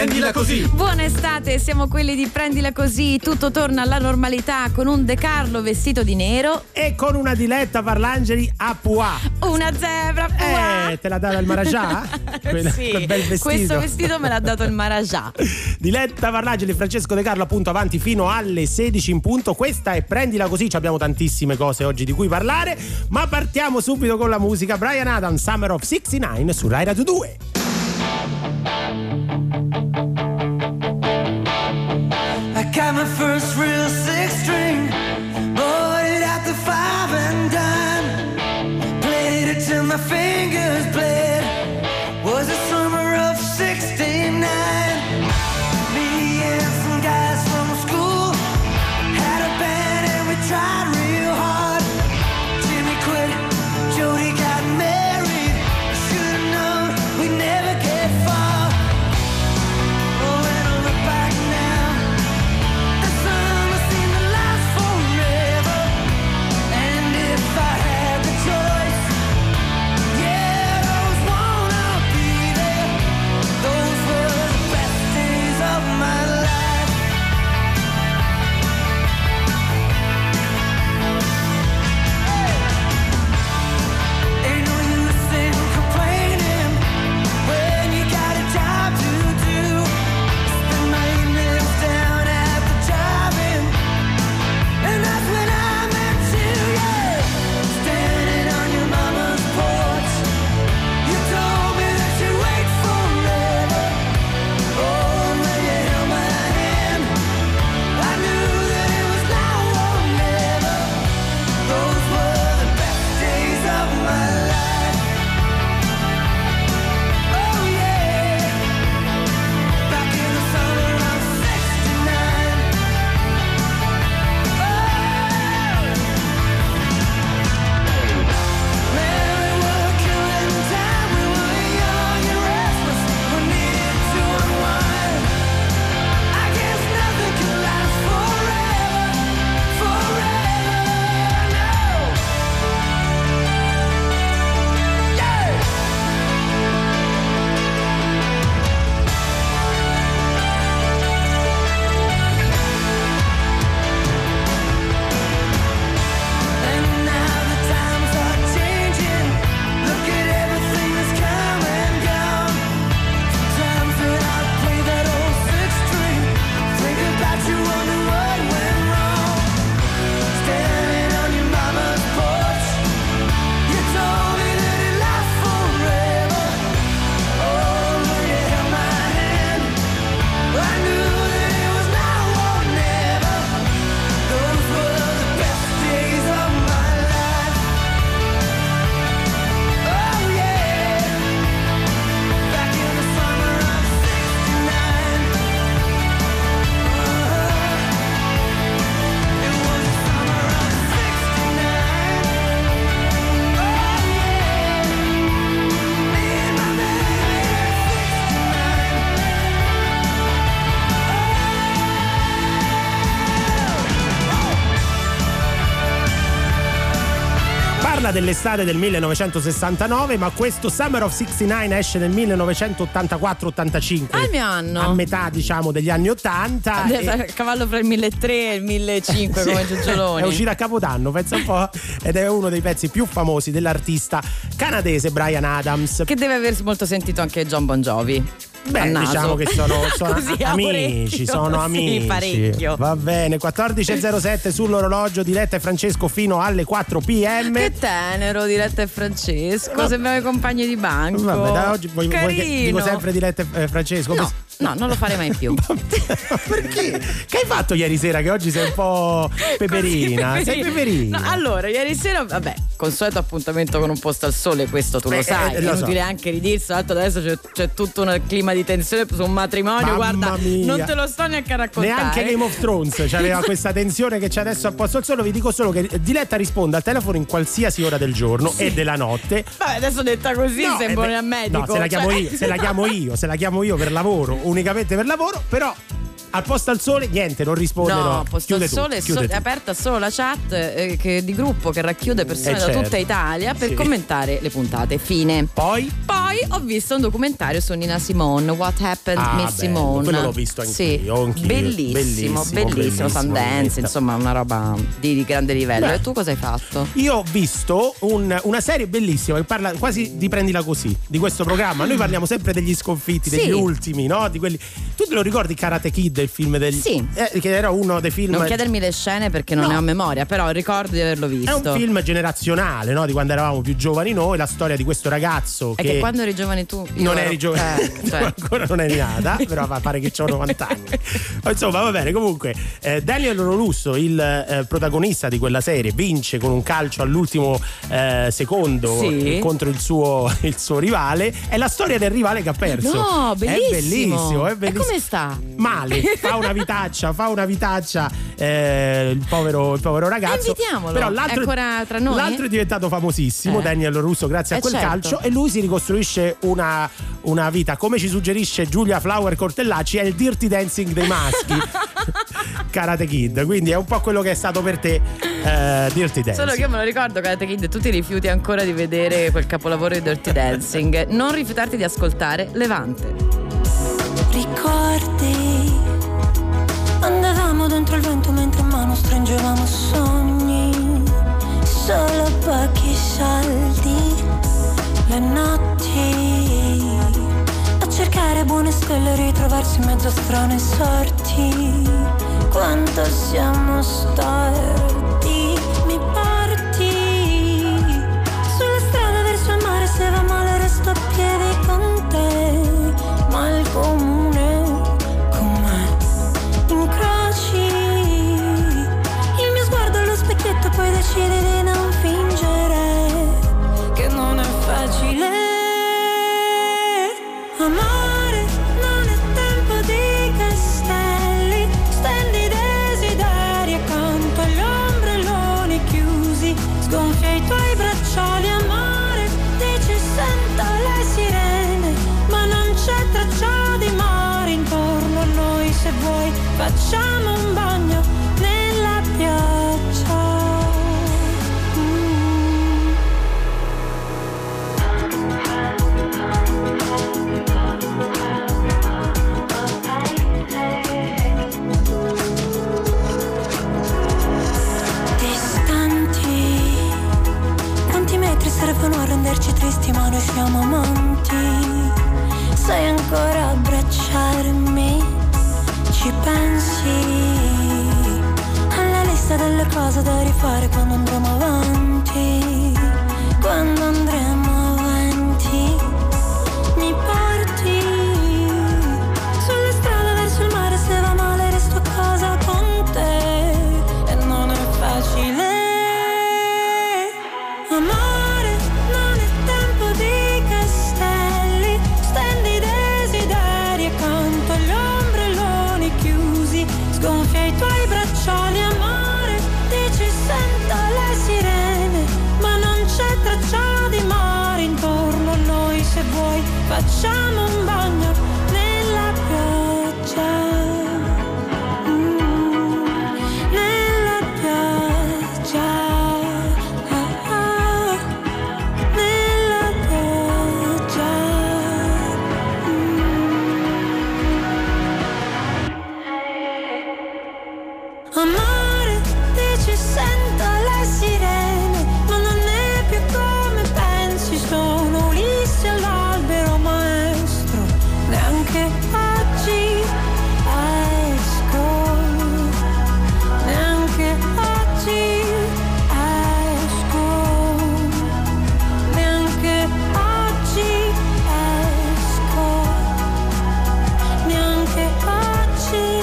Prendila così. Buona estate, siamo quelli di Prendila così. Tutto torna alla normalità con un De Carlo vestito di nero e con una Diletta Parlangeli a Pua. Una zebra a Pua. Te l'ha data il Marajà? Sì, quel bel vestito. Questo vestito me l'ha dato il Marajà. Diletta Parlangeli e Francesco De Carlo appunto avanti fino alle 16 in punto. Questa è Prendila così, abbiamo tantissime cose oggi di cui parlare, ma partiamo subito con la musica. Bryan Adams, Summer of 69 su Rai Radio 2. I got my first real six string, bought it at the five and dime, played it till my fingers bled, was the summer of 69. Me and some guys from school had a band and we tried real hard. Jimmy quit, Jody got married, should've known we'd never get far. Oh, when I look back now, the summer seemed to last forever. And if I had the choice, yeah, I always wanna be there. Those were the best days of my life. Ain't no use in complaining when you got a job to do. Spend my evenings down at the drive-in, and that's when I met you, yeah. Standing on your mama's porch, you told me that you'd wait forever. Oh, when you held my hand, I knew that it was now or never. Those were the best days of my life. Oh yeah, back in the summer of 69. Man, we were killing time, we were young and restless, we needed to unwind. I guess nothing can last forever, forever, no. Yeah. And now the times are changing. Look at everything that's come and gone. Sometimes when I play that old six string, think about you, wonder what went wrong. Standing on your mama's porch, you told me that it lasts forever. Oh, when you held my hand, I knew that it was now or never. Those were the best days of my life. Oh yeah, back in the summer of 69. It was the summer of 69. Oh yeah, me and my baby 69. Parla dell'estate del 1969, ma questo Summer of 69 esce nel 1984-85. Ah, il mio anno. A metà, diciamo, degli anni 80. A cavallo fra il 1300 e il 1500 Sì, come Giugioloni. è uscito a Capodanno, pensa un po', ed è uno dei pezzi più famosi dell'artista canadese Bryan Adams. Che deve aver molto sentito anche John Bon Jovi. Beh, diciamo che sono Così, a amici, orecchio, sono sì, amici. parecchio. Va bene, 14.07 sull'orologio, Diletta e Francesco fino alle 4 p.m. Che tenero, Diletta e Francesco, sembriamo i compagni di banco. Vabbè, da oggi vuoi che dico sempre Diletta e Francesco? No, non lo farei mai più. Perché? Che hai fatto ieri sera che oggi sei un po' peperina? Sei peperina. No, allora, ieri sera, vabbè, consueto appuntamento con Un posto al sole, questo tu lo sai, è inutile anche ridirsi, altro adesso c'è tutto un clima di tensione su un matrimonio, Mamma guarda, mia. non te lo sto neanche a raccontare. Neanche Game of Thrones c'aveva questa tensione che c'è adesso a posto al sole. Vi dico solo che Diletta risponde al telefono in qualsiasi ora del giorno e della notte. Vabbè, adesso detta così sembra un medico. No, se la chiamo io per lavoro, unicamente per lavoro, però Al Posto al Sole niente, non risponde. No, Posto al Sole è aperta solo la chat di gruppo che racchiude persone da tutta Italia per commentare le puntate. Fine. Poi ho visto un documentario su Nina Simone, What Happened Miss Simone. Quello l'ho visto anch'io. Bellissimo. Sundance, insomma una roba di grande livello. E tu cosa hai fatto? Io ho visto una serie bellissima che parla quasi di Prendila Così, di questo programma. Noi parliamo sempre degli sconfitti, degli ultimi, no? Di quelli. Tu te lo ricordi Karate Kid, il film del che era uno dei film. Non chiedermi le scene perché non ne ho memoria, però ricordo di averlo visto. È un film generazionale, no? Di quando eravamo più giovani noi, la storia di questo ragazzo che quando eri giovane tu non eri giovane, ancora non eri nata, però pare che c'ho 90 anni. Insomma, va bene, comunque Daniel Russo, il protagonista di quella serie, vince con un calcio all'ultimo secondo contro il suo rivale. È la storia del rivale che ha perso. No, bellissimo. È bellissimo. E come sta? Male, fa una vitaccia il povero ragazzo. Invitiamolo. Però l'altro, è ancora tra noi? L'altro è diventato famosissimo, Daniel Russo, grazie a quel calcio, e lui si ricostruisce una vita. Come ci suggerisce Giulia Flower Cortellacci, è il Dirty Dancing dei maschi. Karate Kid, quindi è un po' quello che è stato per te Dirty Dancing. Solo che io me lo ricordo Karate Kid e tu ti rifiuti ancora di vedere quel capolavoro di Dirty Dancing. Non rifiutarti di ascoltare Levante. Ricordi, andavamo dentro il vento mentre in mano stringevamo sogni, solo pochi soldi, le notti, a cercare buone stelle e ritrovarsi in mezzo a strane sorti. Quanto siamo storti, mi porti sulla strada verso il mare, se va male resto a piedi con te, ma il comune con me incroci il mio sguardo allo specchietto, poi decidi di non fingere che non è facile amare, non è tempo di castelli, stendi desideri accanto agli ombrelloni chiusi, sgonfia i tuoi bracciali, amare, dici sento le sirene, ma non c'è traccia di mare intorno a noi, se vuoi facciamo un bagno nella pioggia. Servono a renderci tristi, ma noi siamo amanti. Sai ancora abbracciarmi? Ci pensi alla lista delle cose da rifare quando andremo avanti? Quando andremo avanti, mi porti sulla strada verso il mare, se va male resto a casa con te e non è facile amare. Sgonfia i tuoi bracciali, amore, dici sento le sirene, ma non c'è traccia di mare intorno a noi, se vuoi facciamo un bagno nella pioggia. Nella pioggia, nella pioggia. Amore, dici sento le sirene, ma non è più come pensi, sono Ulisse all'albero maestro, neanche oggi esco, neanche oggi esco, neanche oggi esco, neanche oggi.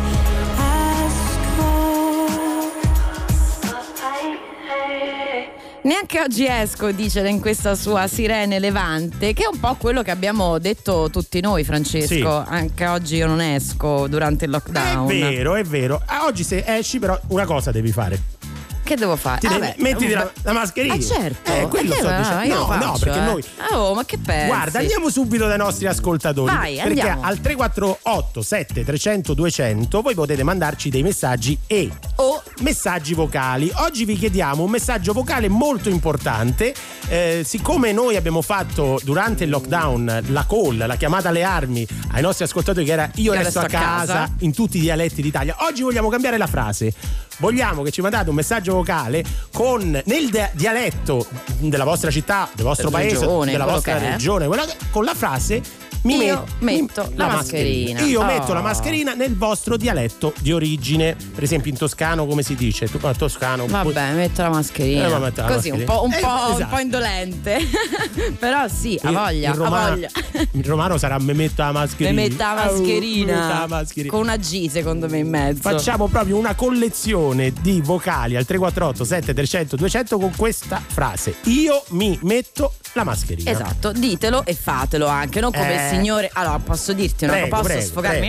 Neanche oggi esco, dice in questa sua Sirene Levante, che è un po' quello che abbiamo detto tutti noi, Francesco. Sì. Anche oggi io non esco durante il lockdown. È vero. Oggi se esci però una cosa devi fare. Che devo fare? Mettiti la mascherina. Certo. Quello sto dicendo. No, perché noi. Oh, ma che pensi? Guarda, andiamo subito dai nostri ascoltatori. Vai, perché andiamo. al 348 7300 200 voi potete mandarci dei messaggi o messaggi vocali. Oggi vi chiediamo un messaggio vocale molto importante. Siccome noi abbiamo fatto durante il lockdown la chiamata alle armi ai nostri ascoltatori, che era io resto a casa in tutti i dialetti d'Italia, oggi vogliamo cambiare la frase. Vogliamo che ci mandate un messaggio vocale nel dialetto della vostra città, del vostro paese, della vostra regione, con la frase Io metto la mascherina. Io metto la mascherina nel vostro dialetto di origine. Per esempio in toscano come si dice? Tu toscano. Vabbè, metto la mascherina. Così un po' indolente. Però sì, ha voglia. Il romano sarà me metto la mascherina. Me metto la mascherina. Con una G secondo me in mezzo. Facciamo proprio una collezione di vocali al 348 7300 200 con questa frase: io mi metto la mascherina. Esatto, ditelo e fatelo anche, non come il signore. Allora, posso dirti una cosa? Posso sfogarmi?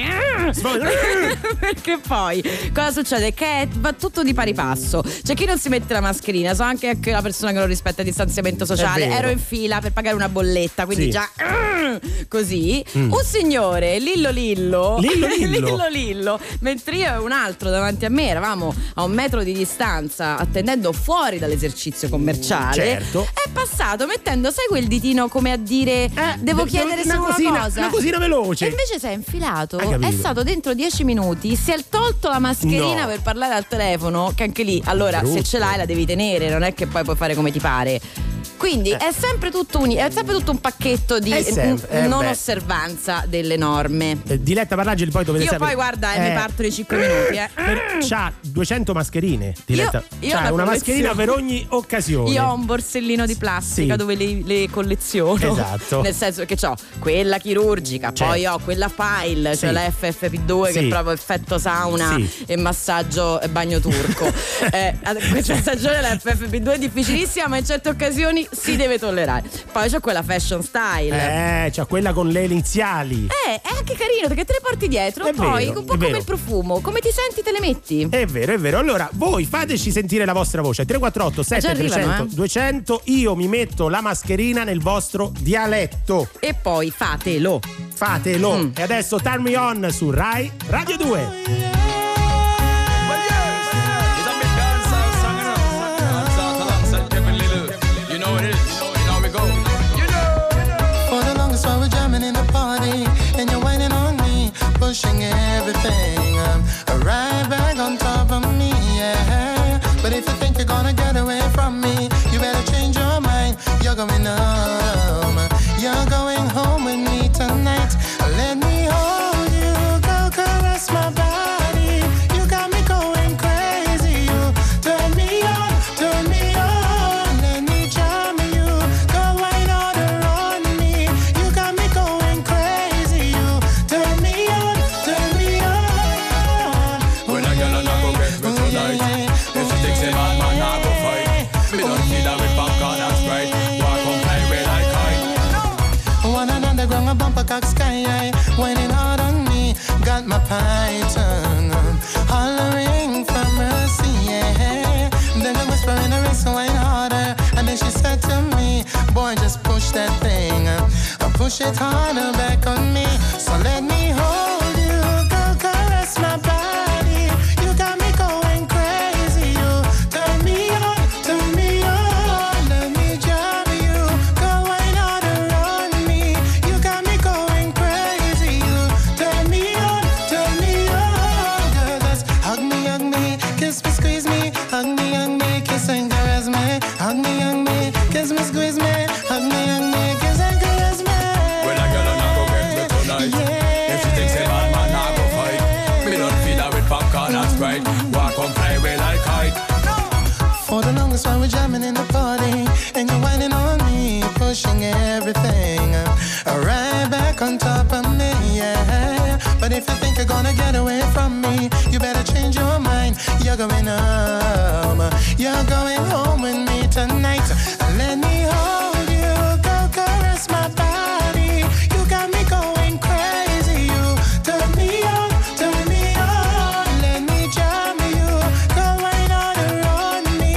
Perché poi cosa succede? Che va tutto di pari passo. C'è chi non si mette la mascherina, so anche la persona che non rispetta il distanziamento sociale. Ero in fila per pagare una bolletta, quindi già così. Un signore, Lillo, mentre io e un altro davanti a me eravamo a 1 metro di distanza attendendo fuori dall'esercizio commerciale. Certo. È passato mettendo, sai quel ditino come a dire devo chiedere solo una cosa, una cosina veloce, e invece si è infilato, è stato dentro 10 minuti, si è tolto la mascherina per parlare al telefono, che anche lì allora se ce l'hai la devi tenere, non è che poi puoi fare come ti pare. Quindi è sempre tutto un pacchetto di non osservanza delle norme. Diletta Parlageli, poi dovete sapere. Io poi guarda, mi partono i 5 minuti. C'ha 200 mascherine, Diletta. Io c'ha una mascherina per ogni occasione. Io ho un borsellino di plastica dove le colleziono. Esatto. Nel senso che ho quella chirurgica, poi ho quella file, cioè la FFP2 che è proprio effetto sauna e massaggio e bagno turco. Questa stagione la FFP2 è difficilissima, ma in certe occasioni si deve tollerare. Poi c'ho quella fashion style. C'ho quella con le iniziali. È anche carino perché te le porti dietro. Poi un po' come il profumo. Come ti senti te le metti. È vero. Allora voi fateci sentire la vostra voce. 348 7300 200. Io mi metto la mascherina nel vostro dialetto. E poi fatelo. E adesso Turn Me On su Rai Radio 2. Pushing everything right back on top of me, yeah. But if you think you're gonna get away from me, you better change your mind. You're going home. You're going home with me tonight. Let me hold you, go caress my body. You got me going crazy. You turn me on. Let me charm you, go right on around me. You got me going crazy. You turn me on. Bumper cock sky, whining hard on me. Got my python hollering for mercy, yeah. Then I whisper in her ear, so whine harder. And then she said to me, boy, just push that thing, push it harder back on me. So let me hold you, go caress my body. You got me going crazy. You turn me on. Let me jam you, go right on around me. You got me going crazy. You turn me on. Girl, just hug me, kiss me, squeeze me. Hug me, kiss and caress me. Hug me, kiss me, squeeze me. Hug me, kiss and caress me. Well, I girl not go get me tonight. Yeah. If she thinks a bad man not go fight, me don't feed her with popcorn and Sprite. Walk on fly away like kite. For the longest while we're jamming in the party, and you're whining on me, pushing everything right back on top of me, yeah. But if you think you're gonna get away from me, you better change your mind. You're going home. You're going home with me tonight. Let me hold you, go caress my body. You got me going crazy. You turn me on. Let me jam you, go right on around me.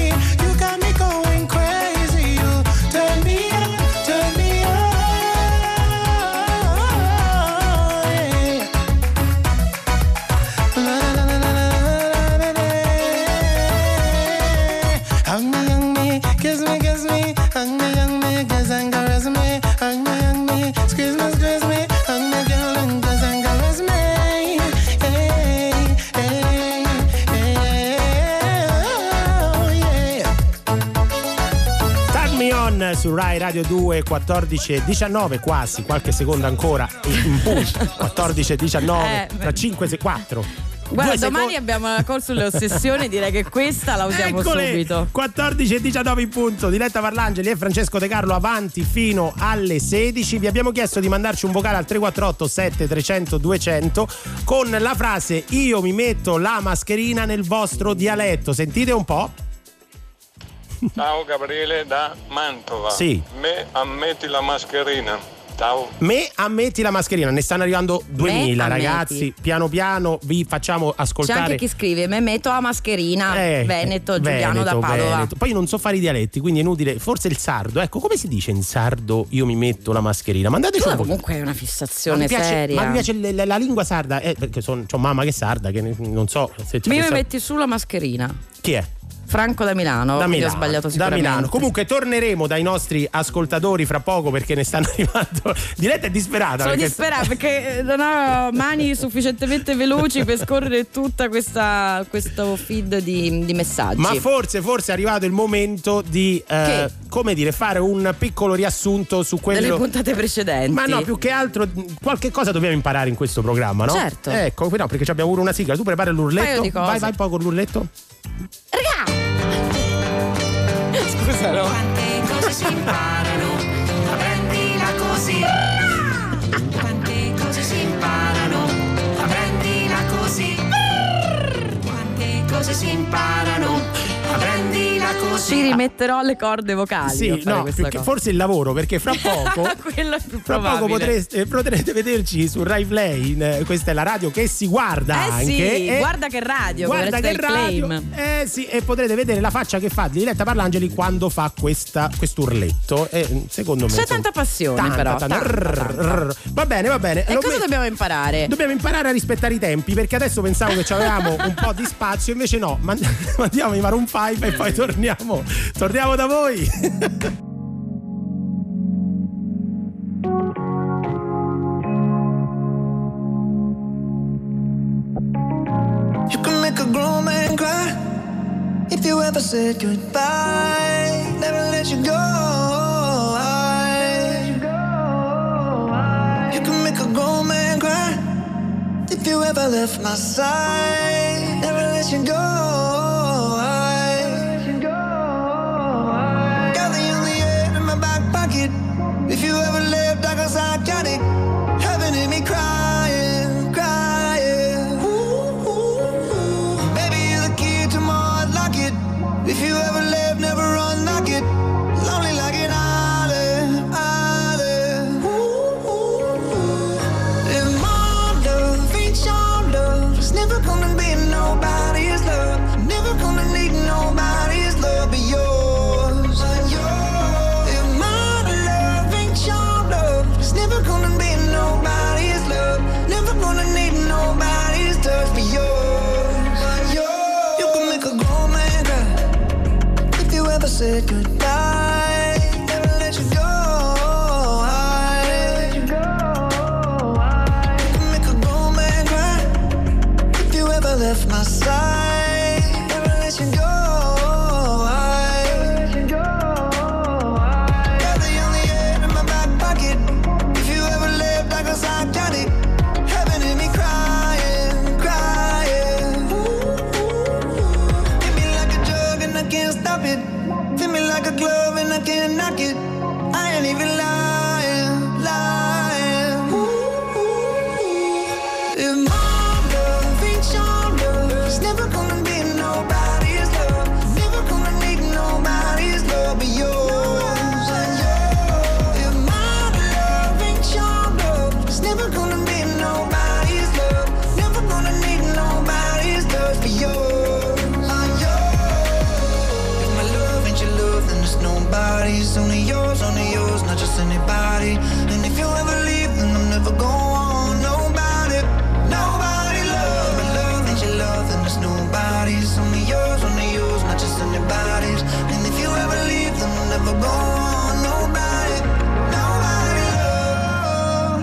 su Rai Radio 2, 14:19, quasi qualche secondo ancora in punto. 14:19 tra 4. Guarda, domani abbiamo la call sulle ossessioni, direi che questa la usiamo subito. 14:19 in punto. Diletta Parlangeli e Francesco De Carlo avanti fino alle 16. Vi abbiamo chiesto di mandarci un vocale al 348 7300 200 con la frase "io mi metto la mascherina" nel vostro dialetto. Sentite un po'. Ciao Gabriele da Mantova. Sì. Me ammetti la mascherina. Ciao. Me ammetti la mascherina. Ne stanno arrivando 2000 ragazzi. Piano piano vi facciamo ascoltare. C'è anche chi scrive "me metto la mascherina", Veneto, Giuliano da Padova. Veneto. Poi io non so fare i dialetti, quindi è inutile. Forse il sardo. Ecco, come si dice in sardo "io mi metto la mascherina"? Mandateci comunque è una fissazione seria. Ma mi piace la lingua sarda, perché c'ho mamma che è sarda, che non so se c'è. Mi metti su la mascherina. Chi è? Franco da Milano, ho sbagliato sicuramente. Da Milano. Comunque torneremo dai nostri ascoltatori fra poco perché ne stanno arrivando. Diletta è disperata. Sono disperata perché non ho mani sufficientemente veloci per scorrere tutta questo feed di messaggi. Ma forse è arrivato il momento di come dire, fare un piccolo riassunto su quello delle puntate precedenti. Ma no, più che altro qualche cosa dobbiamo imparare in questo programma, no? Certo. Ecco, no, perché abbiamo pure una sigla. Tu prepara l'urletto. Vai poi con l'urletto. Raga! Scusalo. Quante cose si imparano, prendila così. Quante cose si imparano, prendila così. Quante cose si imparano, prendila così. Ci rimetterò le corde vocali. Sì, no, forse il lavoro, perché fra poco quello è più fra poco potrete vederci su Rai Play. Questa è la radio che si guarda anche. Sì, guarda che radio, guarda che radio. Sì, e potrete vedere la faccia che fa Diletta Parlangeli quando fa quest'urletto. Secondo me c'è tanta passione, tanta. Va bene. E cosa dobbiamo imparare? Dobbiamo imparare a rispettare i tempi, perché adesso pensavo che avevamo un po' di spazio, invece no, mandiamo i Maroon 5 e poi torniamo da voi. You can make a grown man cry if you ever said goodbye. Never let you go. You can make a grown man cry if you ever left my side. Never let you go. If you ever lived like a psychotic, heaven in me crying. Ooh, ooh, ooh. Baby, you're the key to my heart, lock it. If you ever lived, never unlock it. Lonely like an island. Ooh, ooh, ooh. If my love ain't your love, it's never gonna be nobody's love. Never gonna need nobody's love but yours. Never gonna be nobody's love. Never gonna need nobody's touch but yours. You can make a grown man cry if you ever said goodbye. Never let you go. You can make a grown man cry if you ever left my side. Never let you go. Glove and I can't knock it. I ain't even lying. Ooh, ooh, ooh. If my love ain't your love, it's never gonna be nobody's love. Never gonna need nobody's love but yours. If my love ain't your love, it's never gonna be nobody's love. Never gonna need nobody's love but yours. Nobody's only yours, not just anybody. And if you ever leave, then I'm never going. Nobody love. My love ain't your love, then there's nobody's only yours, not just anybody's. And if you ever leave, then I'm never going. Nobody love.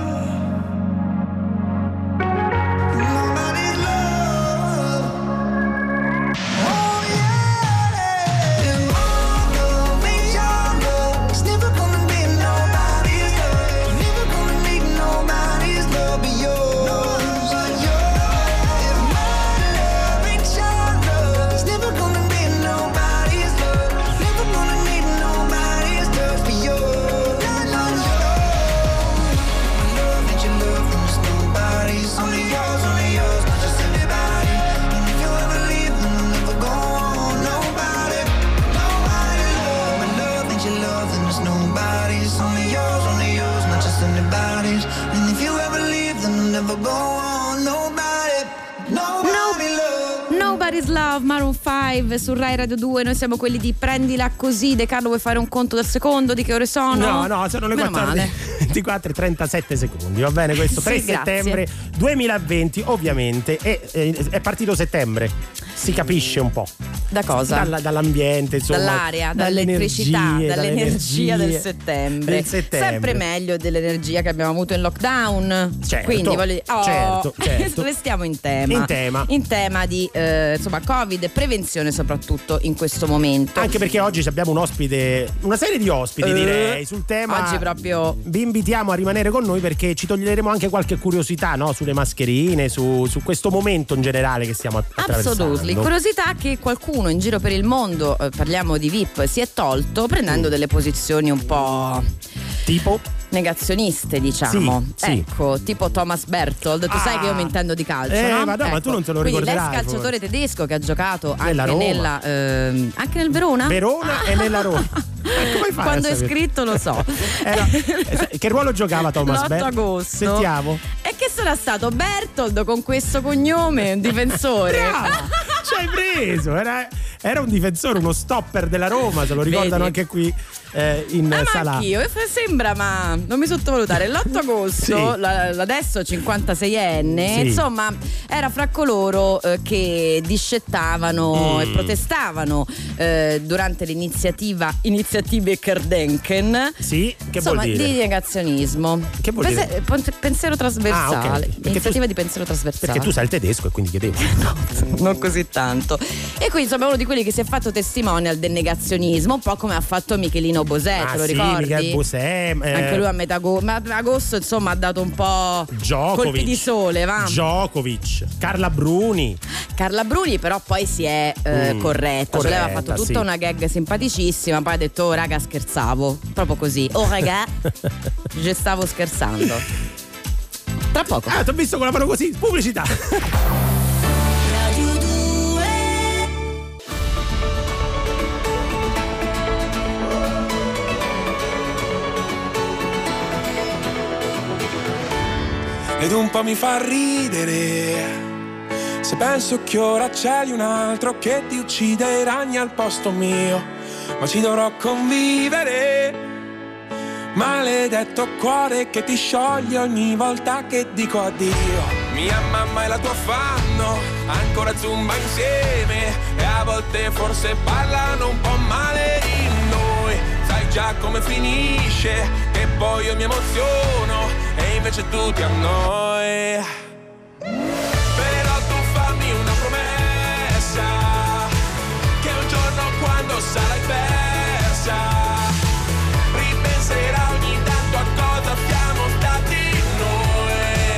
Nobody's love. Oh yeah. If my love ain't your love, it's never And if you ever leave, then I'll never go on. Nobody love. Nobody's Love, Maroon 5 su Rai Radio 2. Noi siamo quelli di Prendila Così. De Carlo, vuoi fare un conto del secondo? Di che ore sono? No, sono le 14:37 secondi. Va bene, questo 3 Sì, settembre 2020, ovviamente è partito settembre. Si capisce un po'. Da cosa? Dall'ambiente, insomma, dall'aria, dall'elettricità, dall'energia del settembre. Sempre meglio dell'energia che abbiamo avuto in lockdown. Certo, quindi voglio certo. restiamo in tema di insomma Covid e prevenzione, soprattutto in questo momento. Anche perché oggi abbiamo un ospite, una serie di ospiti direi sul tema. Oggi proprio vi invitiamo a rimanere con noi perché ci toglieremo anche qualche curiosità, no? Sulle mascherine, su questo momento in generale che stiamo attraversando. Assolutamente. Curiosità che qualcuno in giro per il mondo, parliamo di VIP, si è tolto prendendo delle posizioni un po' tipo negazioniste, diciamo. Sì. Ecco, tipo Thomas Berthold. Tu sai che io mi intendo di calcio, no? Ma tu non te lo quindi ricorderai. L'ex calciatore tedesco che ha giocato anche anche nel Verona? E nella Roma. Come fai? Quando è scritto lo so. Che ruolo giocava Thomas Berthold? L'8 agosto. Sentiamo. E che sarà stato Berthold con questo cognome, un difensore. Ci hai preso, era un difensore, uno stopper della Roma, se lo ricordano. Vedi? Anche qui in sala. Ma anch'io, sembra, ma non mi sottovalutare. L'8 agosto, adesso 56enne, insomma, era fra coloro che discettavano e protestavano durante iniziative Kerdenken. Sì, che insomma, vuol dire? Di negazionismo. Che vuol dire? Pensiero trasversale. Okay. Iniziativa di pensiero trasversale. Perché tu sai il tedesco e quindi chiedevo. No, non così tanto. E quindi insomma è uno di quelli che si è fatto testimonial del negazionismo, un po' come ha fatto Michelino Bosè, te lo ricordi? Michel Bosè, anche lui a metà agosto insomma ha dato un po' colpi di sole, va? Djokovic, Carla Bruni però poi si è corretta, cioè lei aveva fatto tutta una gag simpaticissima, poi ha detto oh raga scherzavo, proprio così, oh raga io stavo scherzando. Tra poco. Ti ho visto con la mano così, pubblicità. Ed un po' mi fa ridere se penso che ora c'è un altro che ti uccide i ragni al posto mio, ma ci dovrò convivere. Maledetto cuore che ti scioglie ogni volta che dico addio. Mia mamma e la tua fanno ancora zumba insieme e a volte forse parlano un po' male di noi. Sai già come finisce, che poi io mi emoziono e invece tu ti annoi. Però tu fammi una promessa, che un giorno quando sarai persa ripenserai ogni tanto a cosa siamo stati noi,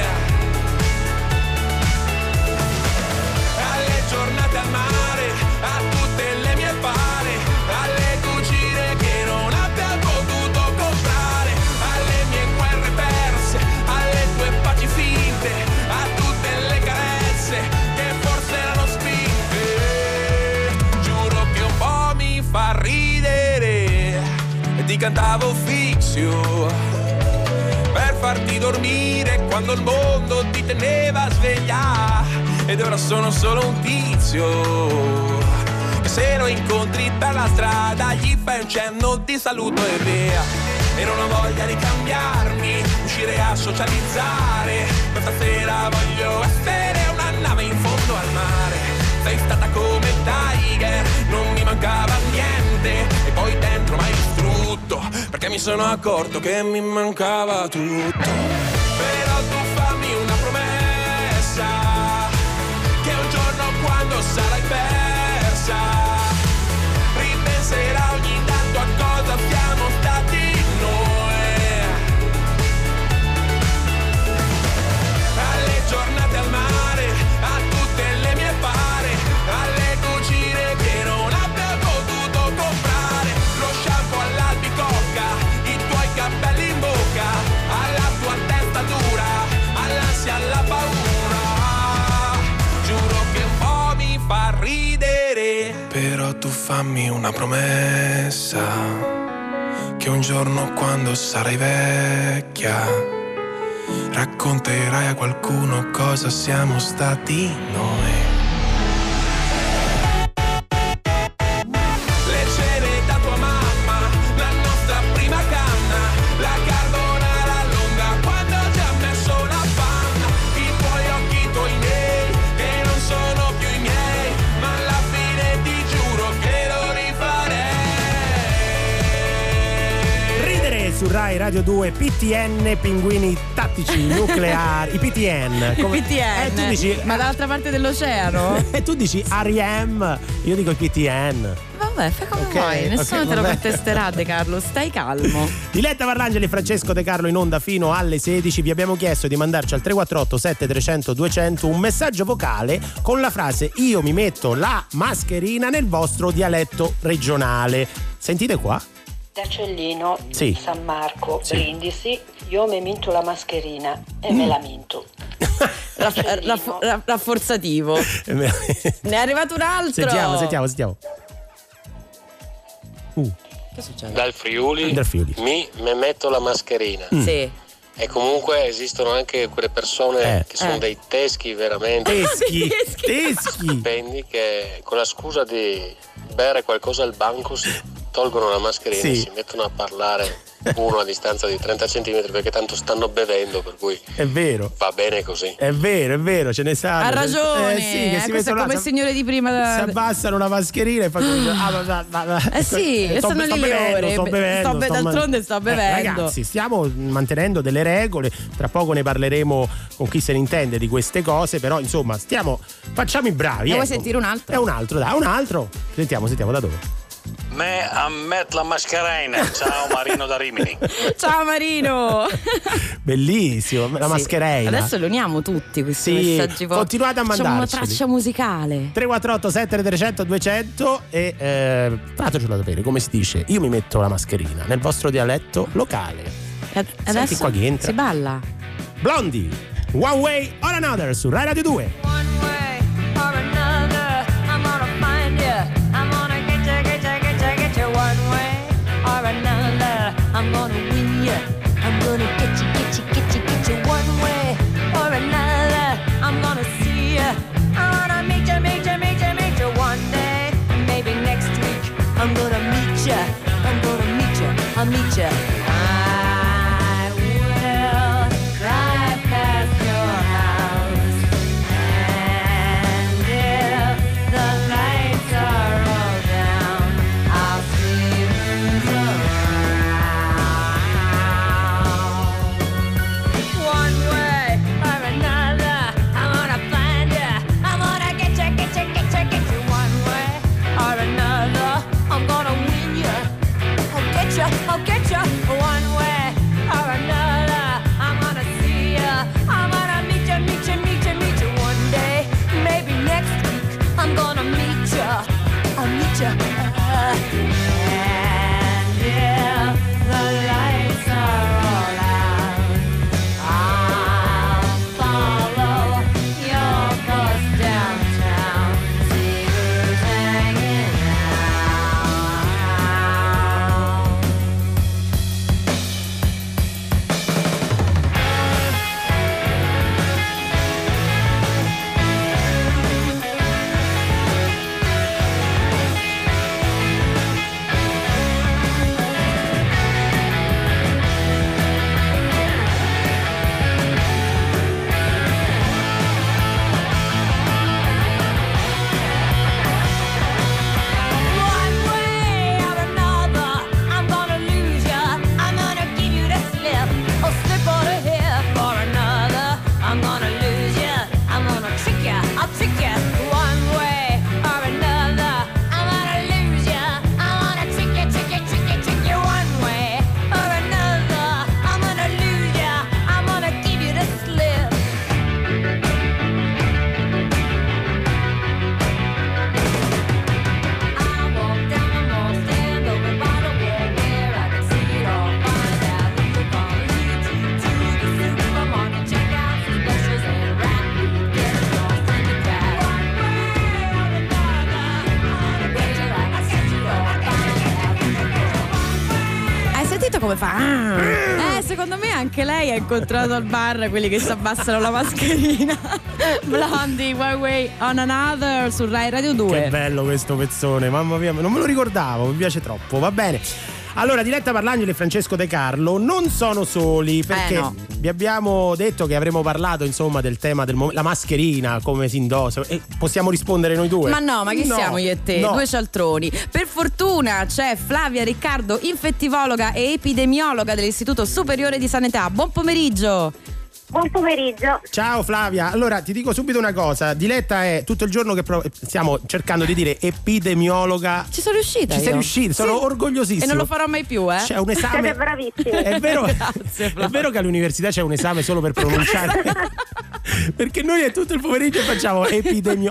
alle giornate al mare, a tutte le mie pare, alle cucine che non abbia potuto comprare, alle mie guerre perse, alle tue paci finte, a tutte le carezze che forse erano spinte. Giuro che un po' mi fa ridere e ti cantavo Fixio per farti dormire quando il mondo ti teneva sveglia. Ed ora sono solo un tizio che se lo incontri per la strada gli fai un cenno di saluto e via. E non ho voglia di cambiarmi, uscire a socializzare. Questa sera voglio essere una nave in fondo al mare. Sei stata come Tiger, non mi mancava niente. E poi dentro m'hai distrutto, perché mi sono accorto che mi mancava tutto. Però tu fammi una promessa, che un giorno quando sarai persa ripenserai ogni tanto a cosa siamo stati noi, alle giornate al mare, a tutte le mie pare, alle cucine che non abbia potuto comprare, lo shampoo all'albicocca, i tuoi capelli in bocca, alla tua testa dura, all'ansia, alla paura. Giuro che un po' mi fa ridere, però tu fammi una promessa, che un giorno quando sarai vecchia racconterai a qualcuno cosa siamo stati noi. Le cene da tua mamma, la nostra prima canna, la carbonara lunga quando ti ha messo la panna, i tuoi occhi, i tuoi miei, che non sono più i miei, ma alla fine ti giuro che lo rifarei. Ridere su Rai Radio 2, PTN, pinguini tattici nucleari, i PTN. Come... PTN. Tu dici, ma dall'altra parte dell'oceano? E tu dici R.E.M., io dico i PTN. Vabbè, fai come vuoi, nessuno te lo contesterà, De Carlo, stai calmo. Diletta Parlangeli e Francesco De Carlo in onda fino alle 16. Vi abbiamo chiesto di mandarci al 348 7300 200 un messaggio vocale con la frase "io mi metto la mascherina" nel vostro dialetto regionale. Sentite qua. Da Cellino, sì. San Marco, sì. Brindisi, io mi minto la mascherina e me la minto. Rafforzativo. Ne è arrivato un altro. Sentiamo. Che succede? Dal Friuli. Mi metto la mascherina. Sì. E comunque esistono anche quelle persone che sono dei teschi veramente. Teschi. Stupendi, che con la scusa di bere qualcosa al banco si tolgono la mascherina e si mettono a parlare uno a distanza di 30 centimetri perché tanto stanno bevendo, per cui è vero, va bene così. È vero, ce ne sa. Ha ragione. Sì, che si questo è come il signore di prima. Si abbassano la mascherina e fanno sì, stanno lì le ore. D'altronde sto bevendo. Ragazzi, stiamo mantenendo delle regole. Tra poco ne parleremo con chi se ne intende di queste cose. Però insomma, facciamo i bravi. Vuoi sentire un altro? È un altro. Sentiamo da dove? Me a met la mascherina. Ciao Marino da Rimini. Ciao Marino. Bellissimo, la mascherina. Adesso li uniamo tutti questi messaggi. Continuate a mandarci una traccia musicale. 348 7300 200 e fatecelo sapere come si dice "io mi metto la mascherina" nel vostro dialetto locale. Adesso senti qua chi entra. Si balla. Blondie, One Way or Another su Rai Radio 2. One way or another, I'm gonna find you. I'm gonna get you one way or another. I'm gonna win you. I'm gonna get you one way or another. I'm gonna see you. I wanna meet you one day. Maybe next week. I'm gonna meet you. I'll meet you. I will drive past your house, and if the lights are all down, I'll see who's around. One way or another, I'm gonna find you. I'm gonna get you. One way or another, I'm gonna win you. I'll get you. One way or another, I'm gonna see you. I'm gonna meet you one day. Maybe next week, I'm gonna meet you. I'll meet you. And if the lights are all out, I'll follow your bus downtown. See who's hanging Come fa? Secondo secondo me anche lei ha incontrato al bar quelli che si abbassano la mascherina. Blondie, One Way on Another su Rai Radio 2. Che bello questo pezzone, mamma mia, non me lo ricordavo, mi piace troppo, va bene. Allora, Diletta Parlangeli e Francesco De Carlo non sono soli, perché no. Vi abbiamo detto che avremmo parlato insomma del tema la mascherina, come si indossa, e possiamo rispondere noi due? Ma no, ma chi siamo io e te? No. Due cialtroni. Per fortuna c'è Flavia Riccardo, infettivologa e epidemiologa dell'Istituto Superiore di Sanità. Buon pomeriggio. Buon pomeriggio. Ciao Flavia, allora ti dico subito una cosa, Diletta è tutto il giorno che stiamo cercando di dire epidemiologa. Ci sono riuscita. Ci sei riuscita, sono orgogliosissimo. E non lo farò mai più, eh? C'è un esame. Siete bravissimi. È vero, Grazie, è vero che all'università c'è un esame solo per pronunciare. Perché noi è tutto il pomeriggio facciamo epidemio.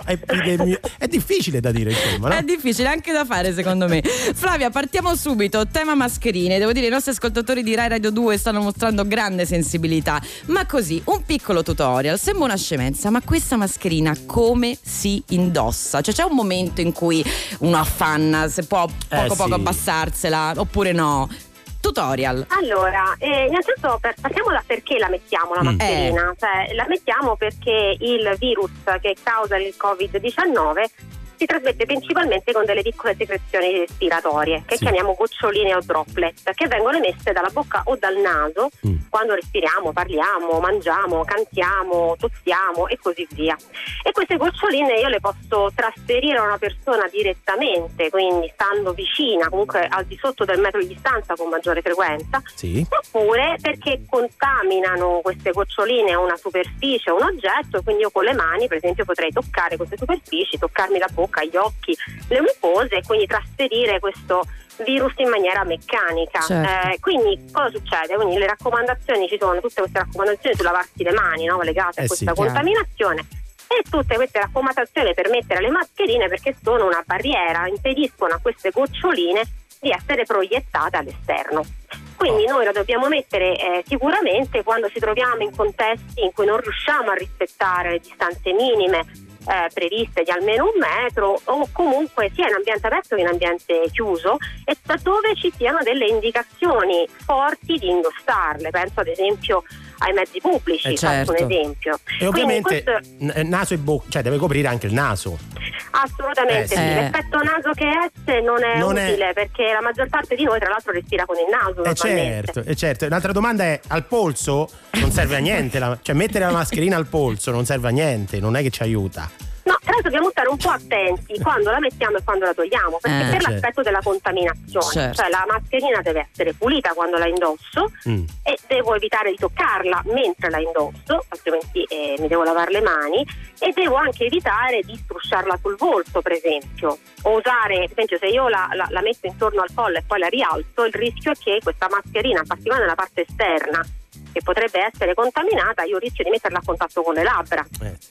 È difficile da dire, insomma, no? È difficile anche da fare, secondo me. Flavia, partiamo subito. Tema mascherine. Devo dire, i nostri ascoltatori di Rai Radio 2 stanno mostrando grande sensibilità. Ma così, un piccolo tutorial. Sembra una scemenza, ma questa mascherina come si indossa? Cioè, c'è un momento in cui uno affanna, se può poco abbassarsela, oppure no? Tutorial. Allora, innanzitutto partiamo da perché la mettiamo la mascherina. Cioè, la mettiamo perché il virus che causa il Covid-19 si trasmette principalmente con delle piccole secrezioni respiratorie che chiamiamo goccioline o droplet, che vengono emesse dalla bocca o dal naso quando respiriamo, parliamo, mangiamo, cantiamo, tossiamo e così via. E queste goccioline io le posso trasferire a una persona direttamente, quindi stando vicina, comunque al di sotto del metro di distanza con maggiore frequenza, oppure perché contaminano queste goccioline a una superficie o un oggetto, quindi io con le mani per esempio potrei toccare queste superfici, toccarmi la bocca, gli occhi, le mucose e quindi trasferire questo virus in maniera meccanica. Quindi cosa succede? Quindi le raccomandazioni, ci sono tutte queste raccomandazioni su lavarsi le mani, no? Legate a questa contaminazione, e tutte queste raccomandazioni per mettere le mascherine perché sono una barriera, impediscono a queste goccioline di essere proiettate all'esterno. Quindi noi la dobbiamo mettere sicuramente quando ci troviamo in contesti in cui non riusciamo a rispettare le distanze minime previste di almeno 1 metro, o comunque sia in ambiente aperto che in ambiente chiuso, e da dove ci siano delle indicazioni forti di indossarle. Penso ad esempio ai mezzi pubblici, faccio un esempio. E ovviamente naso e bocca, cioè deve coprire anche il naso. Assolutamente sì. L'effetto naso che S non è utile perché la maggior parte di noi tra l'altro respira con il naso normalmente. Certo. Un'altra domanda è: al polso non serve a niente cioè mettere la mascherina al polso non serve a niente, non è che ci aiuta. No, però dobbiamo stare un po' attenti quando la mettiamo e quando la togliamo, perché per l'aspetto della contaminazione, cioè la mascherina deve essere pulita quando la indosso e devo evitare di toccarla mentre la indosso, altrimenti mi devo lavare le mani, e devo anche evitare di strusciarla sul volto, per esempio, o usare, per esempio, se io la metto intorno al collo e poi la rialzo, il rischio è che questa mascherina, in particolare nella parte esterna, che potrebbe essere contaminata, io rischio di metterla a contatto con le labbra.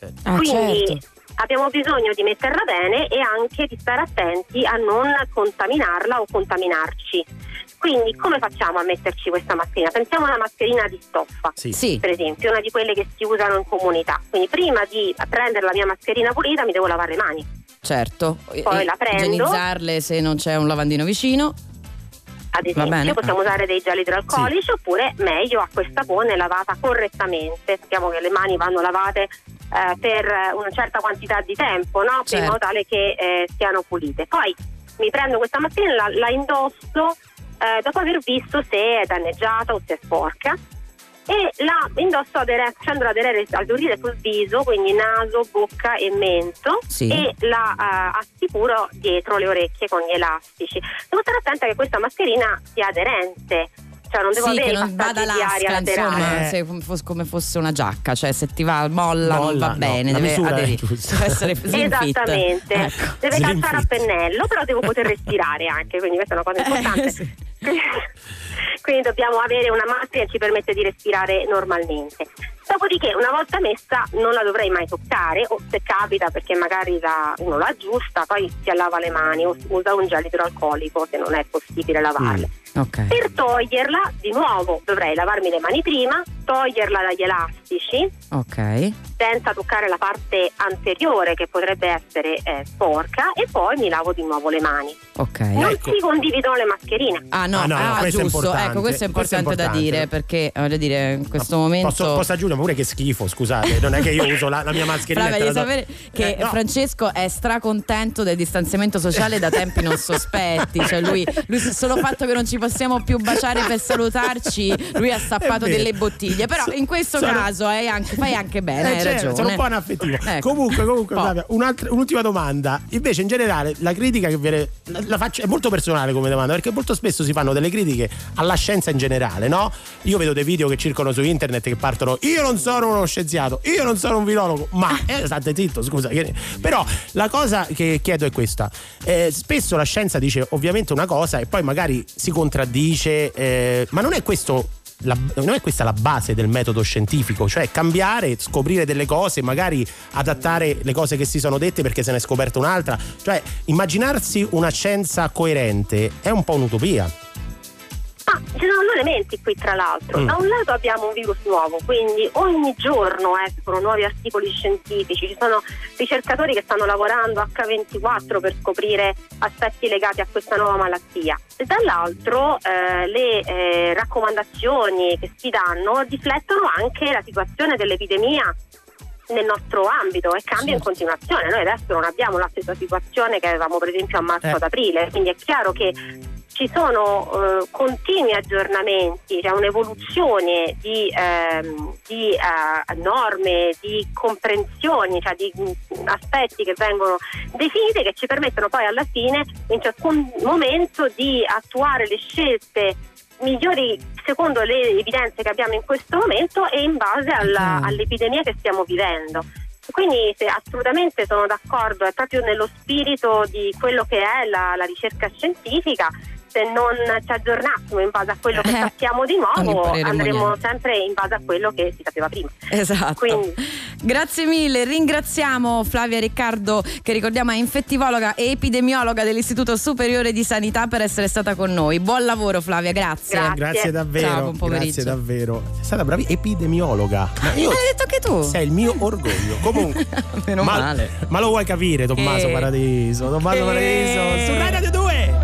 Quindi abbiamo bisogno di metterla bene e anche di stare attenti a non contaminarla o contaminarci. Quindi come facciamo a metterci questa mascherina? Pensiamo a una mascherina di stoffa, per esempio, una di quelle che si usano in comunità. Quindi prima di prendere la mia mascherina pulita mi devo lavare le mani. Certo. Poi la prendo. Igienizzarle se non c'è un lavandino vicino. Ad esempio possiamo usare dei gel idroalcolici oppure meglio acqua e sapone lavata correttamente. Sappiamo che le mani vanno lavate per una certa quantità di tempo, no? In modo tale che siano pulite. Poi mi prendo questa mascherina, la indosso dopo aver visto se è danneggiata o se è sporca, e la indosso facendola aderire sul viso, quindi naso, bocca e mento, e la assicuro dietro le orecchie con gli elastici. Devo stare attenta che questa mascherina sia aderente, cioè non devo avere che non vada lasca, insomma, come fosse una giacca, cioè se ti va molla non va bene, deve aderire, deve essere esattamente, ecco. Deve calzare a pennello, però devo poter respirare anche, quindi questa è una cosa importante. Quindi dobbiamo avere una maschera che ci permette di respirare normalmente. Dopodiché, una volta messa, non la dovrei mai toccare, o se capita, perché magari uno la aggiusta, poi si lava le mani o usa un gel idroalcolico se non è possibile lavarle. Okay. Per toglierla, di nuovo, dovrei lavarmi le mani prima, toglierla dagli elastici, ok, senza toccare la parte anteriore che potrebbe essere sporca, e poi mi lavo di nuovo le mani. Ok. Non si condividono le mascherine. Questo giusto, è ecco, questo è importante da dire, perché voglio dire, in questo momento posso aggiungere pure che schifo, scusate, non è che io uso la mia mascherina. Devi sapere che Francesco è stracontento del distanziamento sociale da tempi non sospetti, cioè lui solo fatto che non ci possiamo più baciare per salutarci, lui ha stappato delle bottiglie, però in questo caso fai anche bene, hai ragione. Sono un po' anaffettivo. Ecco. Comunque Flavia, un'ultima domanda. Invece in generale la critica che viene, la faccio, è molto personale come domanda, perché molto spesso si fanno delle critiche alla scienza in generale, no? Io vedo dei video che circolano su internet che partono: io non sono uno scienziato, io non sono un virologo, ma state zitto, scusa. Però la cosa che chiedo è questa: spesso la scienza dice ovviamente una cosa e poi magari si contraddice, ma non è questa la base del metodo scientifico, cioè cambiare, scoprire delle cose, magari adattare le cose che si sono dette perché se ne è scoperta un'altra, cioè immaginarsi una scienza coerente è un po' un'utopia. Ci sono due elementi qui, tra l'altro. Da un lato abbiamo un virus nuovo, quindi ogni giorno escono nuovi articoli scientifici, ci sono ricercatori che stanno lavorando H24 per scoprire aspetti legati a questa nuova malattia. E dall'altro le raccomandazioni che si danno riflettono anche la situazione dell'epidemia nel nostro ambito e cambia in continuazione. Noi adesso non abbiamo la stessa situazione che avevamo per esempio a marzo ad aprile, quindi è chiaro che ci sono continui aggiornamenti, cioè un'evoluzione di norme, di comprensioni, cioè di aspetti che vengono definiti, che ci permettono poi alla fine in ciascun momento di attuare le scelte migliori secondo le evidenze che abbiamo in questo momento e in base all'epidemia che stiamo vivendo. Quindi assolutamente sono d'accordo, è proprio nello spirito di quello che è la ricerca scientifica. Se non ci aggiornassimo in base a quello che sappiamo di nuovo, andremo sempre in base a quello che si sapeva prima. Esatto. Quindi grazie mille, ringraziamo Flavia Riccardo, che ricordiamo è infettivologa e epidemiologa dell'Istituto Superiore di Sanità, per essere stata con noi. Buon lavoro Flavia, grazie. Grazie davvero. Ciao, buon pomeriggio. Grazie davvero. Sei stata bravi epidemiologa. L'hai detto anche tu. Sei il mio orgoglio. Comunque. Meno male. Ma lo vuoi capire, Tommaso Paradiso? Tommaso Paradiso su Radio 2.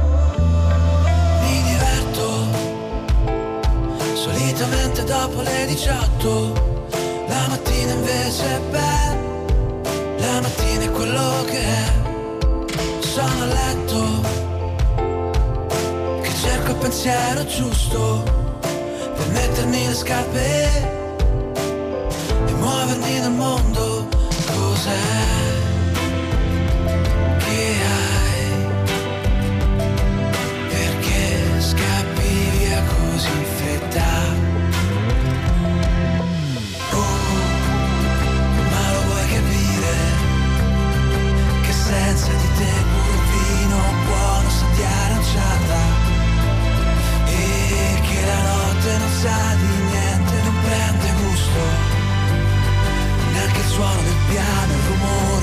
Solitamente dopo le 18, la mattina invece è bella, la mattina è quello che è. Sono a letto, che cerco il pensiero giusto per mettermi le scarpe e muovermi nel mondo. Cos'è che hai? Perché scappi via così in fretta? Senza di te pure il vino buono sa di aranciata, e che la notte non sa di niente, non prende gusto, neanche il suono del piano, il rumore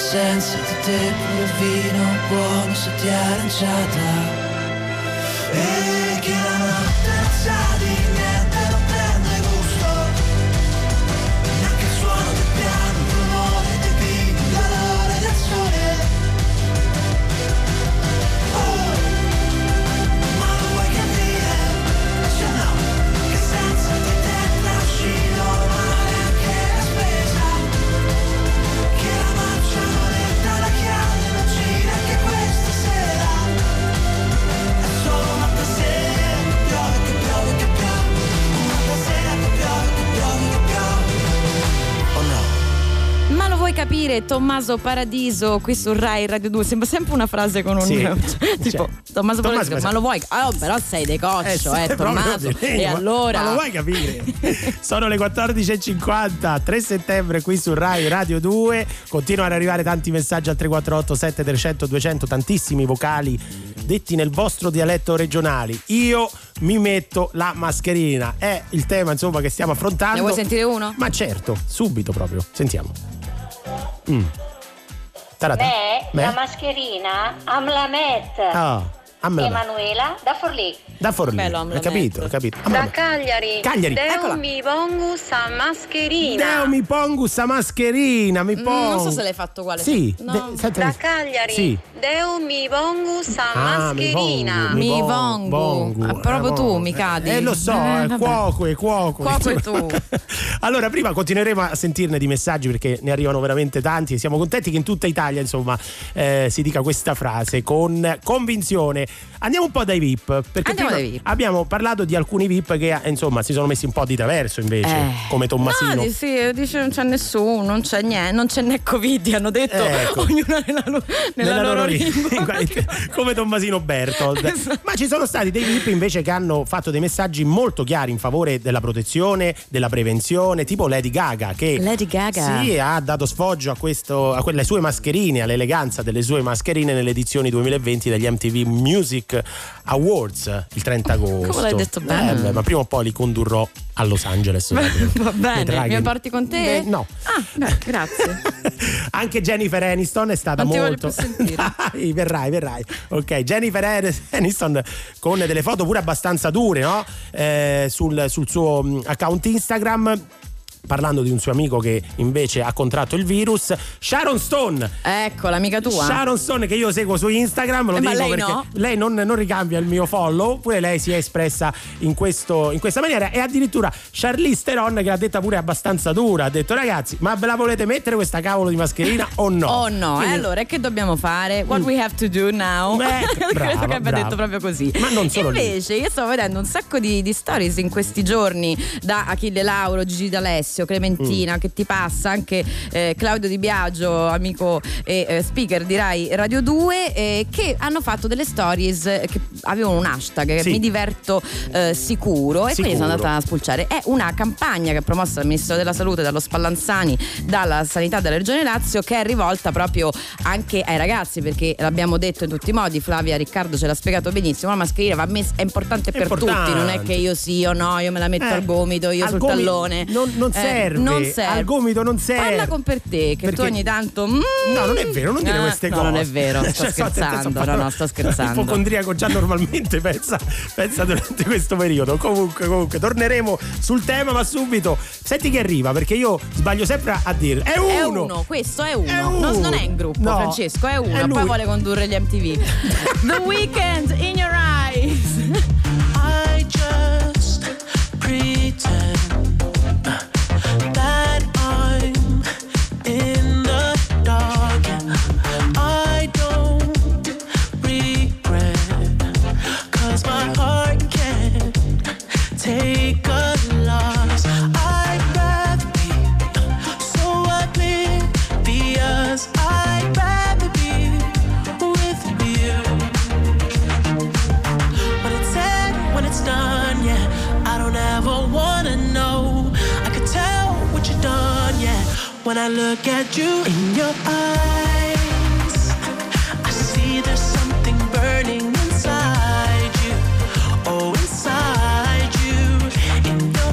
senza di te pure vino buono se ti è aranciata. E che la notte non sa di niente, non prende gusto, neanche il suono del piano, il rumore dei vini, il dolore del sole. Oh, ma lo vuoi capire? Cioè no, che senza di te trascino, ma neanche la spesa, che la marcia non entra la chiave, non gira anche questa sera. È solo una sera, piove che piove che piove, una sera che piove che piove che piove. Oh no. Ma lo vuoi capire, Tommaso Paradiso qui su Rai Radio 2? Sembra sempre una frase con un Sì. tipo Cioè, Tommaso Paradiso, Tommaso, ma lo vuoi? Oh, però sei decoccio, Tommaso. E ma allora? lo vuoi capire? Sono le 14.50, 3 settembre qui su Rai Radio 2. Continuano ad arrivare tanti messaggi al 348 7300 200, tantissimi vocali detti nel vostro dialetto regionale. Io mi metto la mascherina, è il tema insomma che stiamo affrontando. Ne vuoi sentire uno? Ma certo, subito proprio, sentiamo. Tarata. Me, la mascherina, amlamet. Ah, ammela. Emanuela da Forlì. Da Forlì, Bello, hai capito, hai capito. Da Cagliari. Cagliari, Deo eccola. mi pongo sa mascherina. Deo mi pongo sta mascherina, mi pongo. Non so se l'hai fatto uguale. Sì, No. Da Cagliari. Sì. Deo mi pongo sa Ah, mascherina. Mi vongu. Proprio tu mi cadi. Lo so, vabbè. cuoco. Cuoco e tu. Allora, prima continueremo a sentirne di messaggi perché ne arrivano veramente tanti e siamo contenti che in tutta Italia, insomma, si dica questa frase con convinzione. Andiamo un po' dai VIP, perché Andiamo prima dai VIP. abbiamo parlato di alcuni VIP che insomma si sono messi un po' di traverso invece, come Tommasino. No, sì, dice non c'è nessuno, non c'è niente, non c'è né Covid, hanno detto, Ecco. ognuno nella loro lingua. Come Tommasino Bertold. Esatto. Ma ci sono stati dei VIP invece che hanno fatto dei messaggi molto chiari in favore della protezione, della prevenzione, tipo Lady Gaga, che Lady Gaga. sì, ha dato sfoggio a quelle sue mascherine, all'eleganza delle sue mascherine nelle edizioni 2020 degli MTV Music Awards il 30 agosto. Come l'hai detto bene. Ma prima o poi li condurrò a Los Angeles. Va bene, Vedrai mi che- porti con te? No. Ah, beh, grazie. Anche Jennifer Aniston è stata Non ti voglio molto. più sentire. Dai, verrai. Ok, Jennifer Aniston con delle foto pure abbastanza dure, no? Sul suo account Instagram. Parlando di un suo amico che invece ha contratto il virus, Sharon Stone. Ecco, l'amica tua. Sharon Stone, che io seguo su Instagram, lo Ma dico lei perché no? lei non ricambia il mio follow, pure lei si è espressa in questa maniera, e addirittura Charlize Theron, che l'ha detta pure abbastanza dura, ha detto: ragazzi, ma ve la volete mettere questa cavolo di mascherina o no? Oh no, Quindi- allora che dobbiamo fare? What we have to do now? Beh, Credo che abbia brava. detto proprio così. Ma non solo lì. Invece io stavo vedendo un sacco di stories in questi giorni da Achille Lauro, Gigi D'Alessio, Clementina, che ti passa anche Claudio Di Biagio, amico e speaker di Rai Radio 2, che hanno fatto delle stories che avevano un hashtag, Sì. mi diverto sicuro, e quindi sono andata a spulciare. È una campagna che è promossa dal Ministero della Salute, dallo Spallanzani, dalla Sanità della Regione Lazio, che è rivolta proprio anche ai ragazzi, perché l'abbiamo detto in tutti i modi, Flavia Riccardo ce l'ha spiegato benissimo, la mascherina va messa, è importante per tutti, non è che io sì o no, io me la metto al gomito, io al sul gomito tallone. non serve. Non serve. Al gomito non serve. Parla con per te, che tu Perché- ogni tanto No, non è vero, non dire queste cose. No, non è vero, sto Cioè, scherzando. No, sto scherzando. Ipocondriaco già normalmente pensa durante questo periodo. Comunque torneremo sul tema, ma subito senti che arriva, perché io sbaglio sempre a dire è uno. Questo è uno. È uno. Non è in gruppo, No, Francesco, è uno. è lui. Poi vuole condurre gli MTV. The Weeknd, In Your Eyes. I just pretend that I'm in the dark, and I don't regret, 'cause my heart can't take a loss. I'd rather be so oblivious, I'd rather be with you. When it's said, when it's done, yeah, I don't ever wanna know. I could tell what you've done, yeah, when I look at you in your eyes. I see there's something burning inside you, oh, inside you, in your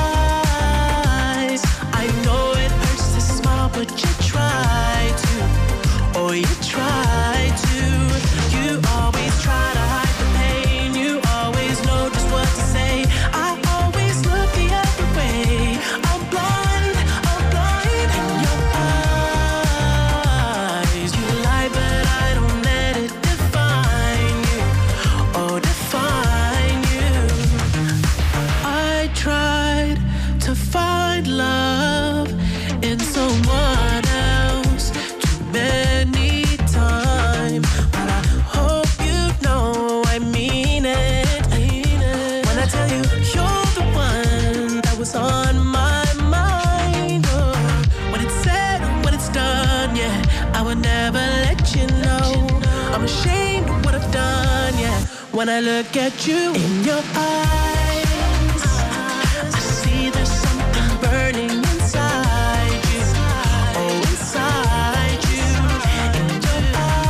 eyes. I know it hurts to smile, but you try to. When I look at you in your eyes, I see there's something burning inside you. Oh, inside you. In your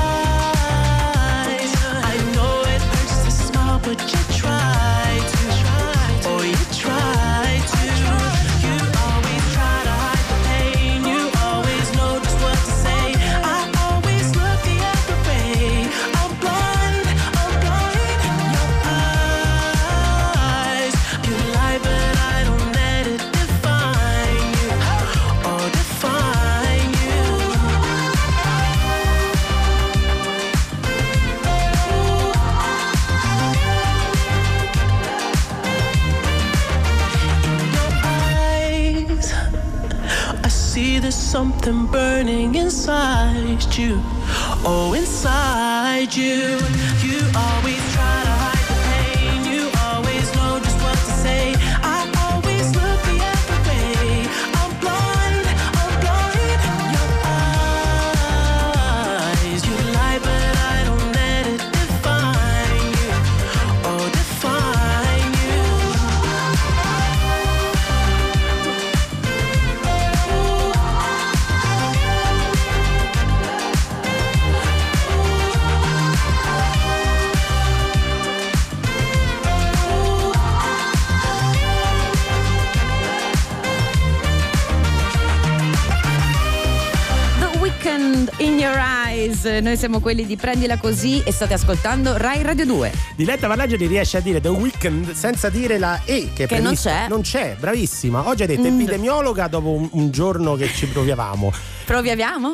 eyes, I know it hurts to smile, but you try to. Oh, you try to. You always try to hide the pain. You always know just what to say. I always look the other way. I'm blind in your eyes. You lie, but I don't let it define you. Oh, define you. In your eyes, I see there's something burning inside you. Oh, inside you. You always try to hide the pain. You always know just what to say. I always look the other way. I'm blind in your eyes. You lie, but I don't let it define you. Oh, define you. The Weeknd in Your Eyes. Noi siamo quelli di Prendila Così e state ascoltando Rai Radio 2. Diletta Parlageli riesce a dire The Weeknd senza dire la E che è non prevista. c'è. Non c'è, bravissima. Oggi hai detto epidemiologa dopo un giorno che ci proviamo. Proviamo?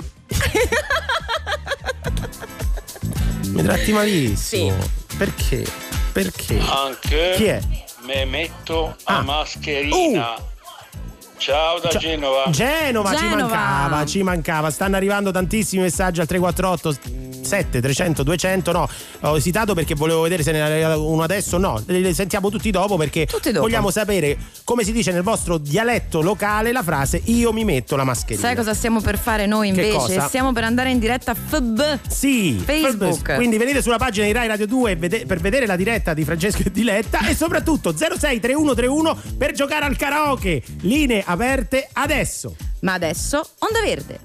Mi tratti malissimo. Sì. Perché? Perché? Anche Chi è? me metto a mascherina. Ciao da Genova. Genova, ci mancava. Stanno arrivando tantissimi messaggi al 348 7 300 200. No, ho esitato perché volevo vedere se ne è arrivato uno adesso. No, li sentiamo tutti dopo perché vogliamo sapere come si dice nel vostro dialetto locale la frase io mi metto la mascherina. Sai cosa stiamo per fare noi invece? Cosa? Stiamo per andare in diretta FB. Sì, Facebook. Quindi venite sulla pagina di Rai Radio 2 per vedere la diretta di Francesco e Diletta e soprattutto 06 3131 per giocare al karaoke. Linee aperte adesso. Ma adesso Onda Verde.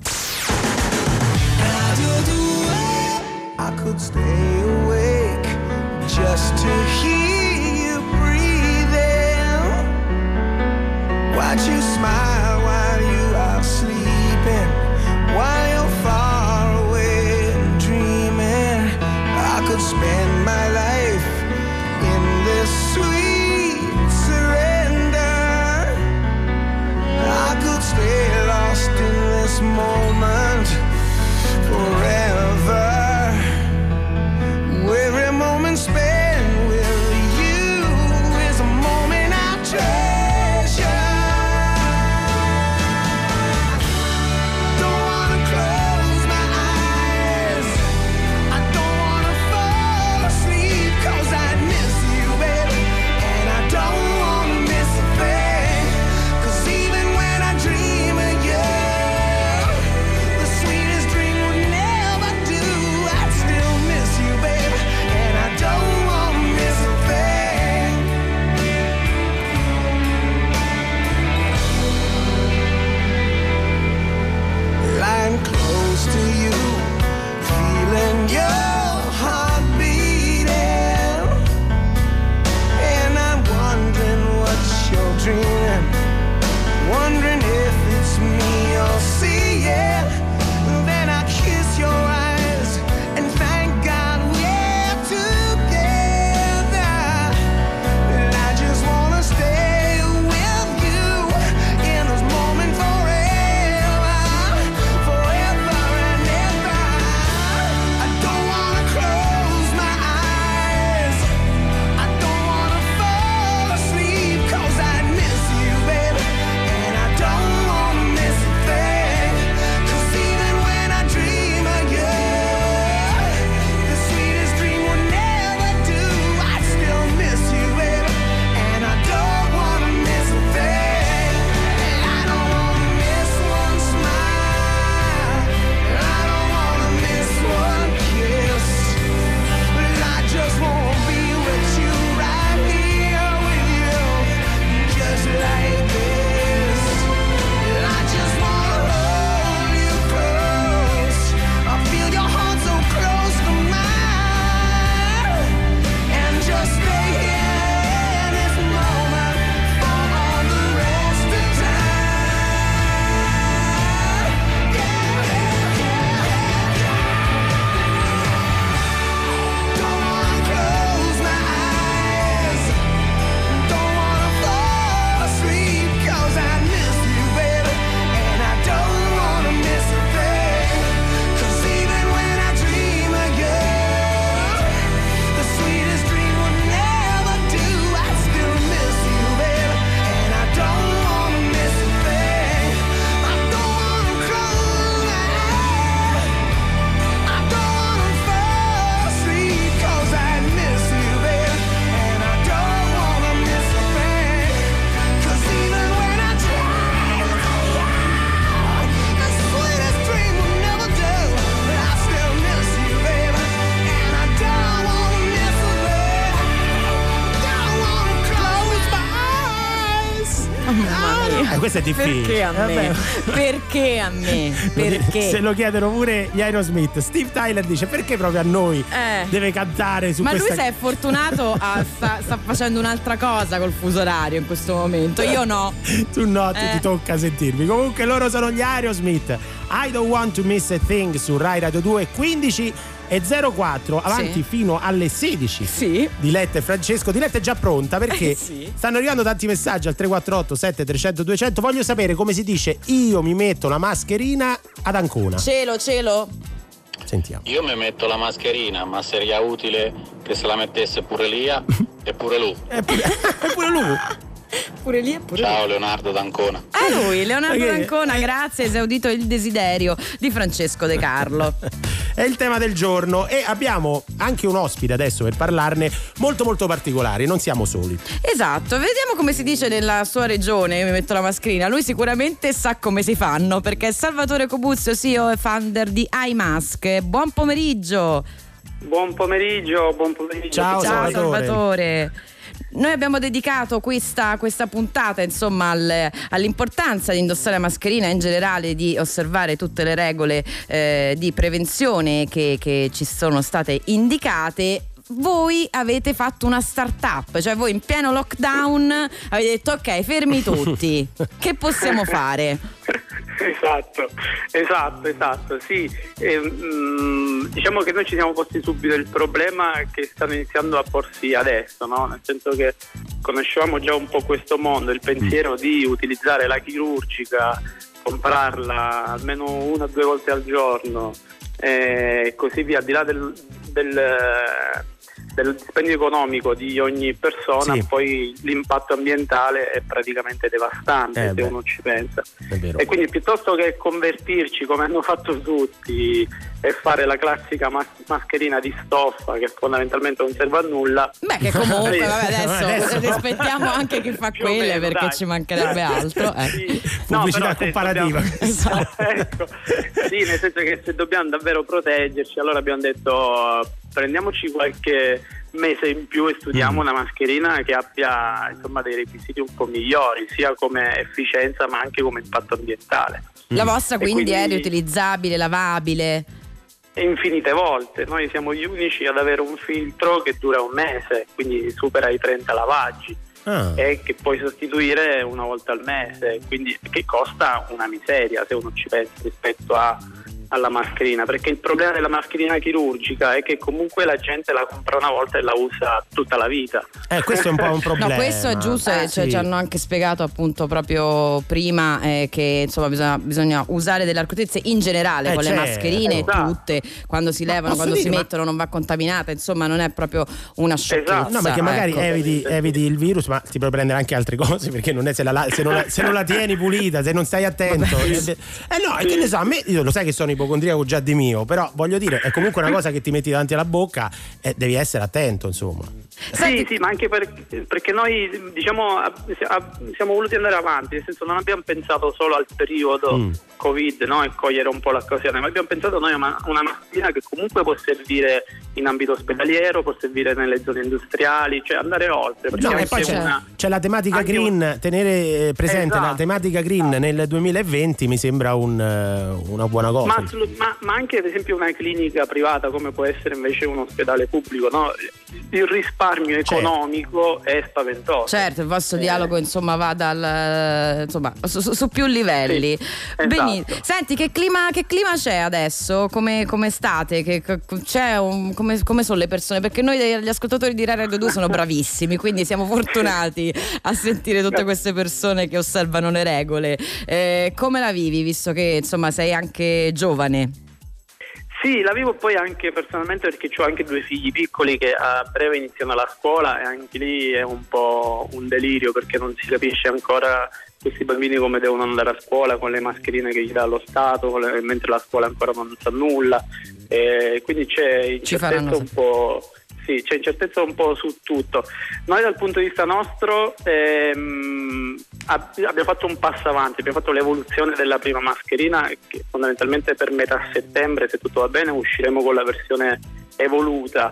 I could stay awake just to hear you breathing. Watch you smile while you are sleeping, while you're far away and dreaming. I could spend my life in this sweet surrender. I could stay lost in this moment forever. Every moment spent with you is a moment I treasure. Don't wanna close my eyes, I don't wanna fall asleep, 'cause I miss you, baby, and I don't wanna miss a thing. 'Cause even when I dream of you, the sweetest dream would never do. I'd still miss you, baby, and I don't wanna miss a thing. Lying close to you, feeling your heart beating, and I'm wondering what you're dreaming, wondering if it's me you're seeing. Then I kiss your eyes and thank God we're together. And I just wanna stay with you in this moment forever, forever and ever. I don't wanna close my eyes, I don't wanna fall asleep, 'cause I miss you, baby, and I don't Questo è difficile. Perché a me? Perché a me? Perché? Se lo chiedono pure gli Aerosmith. Steve Tyler dice perché proprio a noi deve cantare su questa... Ma lui, se è fortunato, sta facendo un'altra cosa col fuso orario in questo momento. Io no. Tu no, ti tocca sentirmi. Comunque loro sono gli Aerosmith. I Don't Want to Miss a Thing su Rai Radio 2, 15:04, avanti fino alle 16. Sì. Diletta e Francesco. Diletta è già pronta perché stanno arrivando tanti messaggi al 348 7300 200. Voglio sapere come si dice io mi metto la mascherina ad Ancona. Cielo. Sentiamo. Io mi metto la mascherina, ma seria utile che se la mettesse pure Lia e pure lui. Pure lui. Pure lì e pure Ciao lì. Leonardo d'Ancona. A lui, Leonardo d'Ancona, grazie, esaudito il desiderio di Francesco De Carlo. È il tema del giorno e abbiamo anche un ospite adesso per parlarne molto molto particolare, non siamo soli. Esatto, vediamo come si dice nella sua regione. Io mi metto la mascherina, lui sicuramente sa come si fanno, perché è Salvatore Cobuzio, CEO e founder di iMask. Buon pomeriggio. Buon pomeriggio. Ciao Salvatore. Noi abbiamo dedicato questa puntata, insomma, all'importanza di indossare la mascherina, in generale di osservare tutte le regole di prevenzione che ci sono state indicate. Voi avete fatto una start-up, cioè voi in pieno lockdown avete detto ok, fermi tutti, che possiamo fare? Esatto, sì. Diciamo che noi ci siamo posti subito il problema che stanno iniziando a porsi adesso, no? Nel senso che conoscevamo già un po' questo mondo, il pensiero di utilizzare la chirurgica, comprarla almeno 1 o 2 volte al giorno e così via, al di là del dispendio economico di ogni persona, poi l'impatto ambientale è praticamente devastante se uno ci pensa. E quindi piuttosto che convertirci come hanno fatto tutti e fare la classica mascherina di stoffa che fondamentalmente non serve a nulla, che comunque adesso rispettiamo anche chi fa quelle, perché ci mancherebbe altro. Pubblicità comparativa. Ecco. Sì, nel senso che se dobbiamo davvero proteggerci, allora abbiamo detto prendiamoci qualche mese in più e studiamo una mascherina che abbia, insomma, dei requisiti un po' migliori, sia come efficienza ma anche come impatto ambientale. La vostra quindi è riutilizzabile, lavabile? Infinite volte. Noi siamo gli unici ad avere un filtro che dura 1 mese, quindi supera i 30 lavaggi e che puoi sostituire 1 volta al mese, quindi che costa una miseria se uno ci pensa rispetto alla mascherina, perché il problema della mascherina chirurgica è che comunque la gente la compra una volta e la usa tutta la vita. Questo è un po' un problema. No, questo è giusto, ci hanno anche spiegato appunto proprio prima che insomma bisogna usare delle accortezze in generale con le mascherine tutte, quando si levano, quando si mettono, non va contaminata, insomma non è proprio una sciocchezza. No, perché magari eviti il virus, ma ti puoi prendere anche altre cose, perché non è se non la tieni pulita, se non stai attento. No, che ne so, a me, io lo sai che sono ipocondriaco già di mio, però voglio dire, è comunque una cosa che ti metti davanti alla bocca e devi essere attento, insomma. Sì, ma anche perché noi diciamo siamo voluti andare avanti, nel senso non abbiamo pensato solo al periodo Covid, no? E cogliere un po' l'occasione, ma abbiamo pensato noi a una mascherina che comunque può servire in ambito ospedaliero, può servire nelle zone industriali, cioè andare oltre. E poi c'è la tematica green, tenere presente la tematica green nel 2020 mi sembra una buona cosa. Ma anche ad esempio una clinica privata come può essere invece un ospedale pubblico, no? Il risparmio economico è spaventoso. Certo, il vostro dialogo insomma va su più livelli. Sì, benissimo. Senti, che clima c'è adesso? Come state? Come sono le persone? Perché noi gli ascoltatori di Rai Radio 2 sono bravissimi, quindi siamo fortunati a sentire tutte queste persone che osservano le regole. Come la vivi, visto che insomma sei anche giovane? Sì, la vivo poi anche personalmente perché ho anche 2 figli piccoli che a breve iniziano la scuola e anche lì è un po' un delirio perché non si capisce ancora questi bambini come devono andare a scuola con le mascherine che gli dà lo Stato, mentre la scuola ancora non sa nulla, quindi c'è incertezza un po'. Sì, c'è incertezza un po' su tutto. Noi dal punto di vista nostro abbiamo fatto un passo avanti, abbiamo fatto l'evoluzione della prima mascherina che fondamentalmente per metà settembre, se tutto va bene, usciremo con la versione evoluta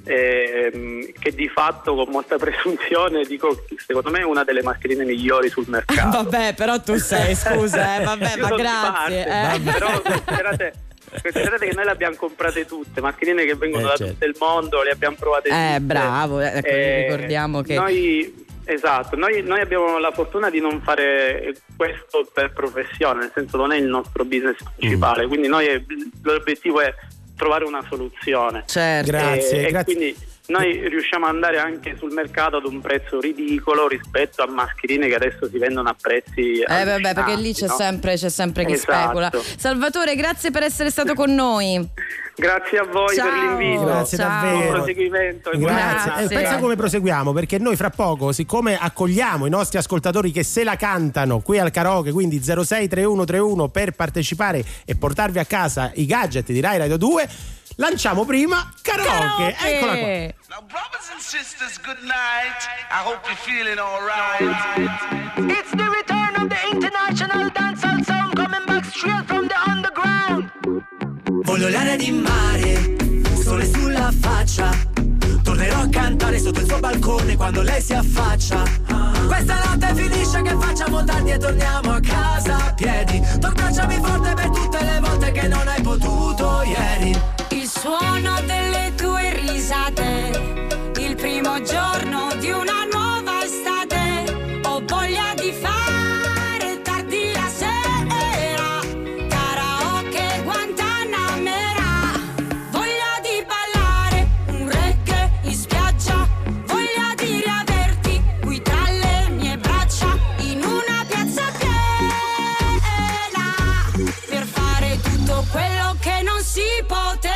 che di fatto, con molta presunzione, dico che secondo me è una delle mascherine migliori sul mercato. Vabbè, però tu sei, scusa, vabbè, ma grazie. Però considerate che noi le abbiamo comprate tutte, mascherine che vengono da tutto il mondo, le abbiamo provate tutte. Bravo, ricordiamo che noi abbiamo la fortuna di non fare questo per professione, nel senso non è il nostro business principale, quindi l'obiettivo è trovare una soluzione. Certo. Grazie. Quindi noi riusciamo ad andare anche sul mercato ad un prezzo ridicolo rispetto a mascherine che adesso si vendono a prezzi perché lì c'è sempre chi specula. Salvatore, grazie per essere stato con noi. Grazie a voi per l'invito. Grazie davvero. Buon proseguimento. Grazie. Pensa come proseguiamo, perché noi fra poco, siccome accogliamo i nostri ascoltatori che se la cantano qui al karaoke, quindi 063131 per partecipare e portarvi a casa i gadget di Rai Radio 2, lanciamo prima karaoke. Eccola qua. Now, brothers and sisters, good night. I hope you're feeling all right. It's the return of the international dancehall sound coming back straight from the underground. Voglio l'aria di mare, sole sulla faccia. Tornerò a cantare sotto il suo balcone quando lei si affaccia. Questa notte finisce che facciamo tardi e torniamo a casa a piedi. Tu abbracciami forte per tutte le volte che non hai potuto ieri. Il suono delle tue risate, il primo giorno di una nuova estate. Ho voglia di fare tardi la sera, karaoke Guantanamera. Voglia di ballare un reggae in spiaggia, voglia di riaverti qui tra le mie braccia, in una piazza piena, per fare tutto quello che non si poteva.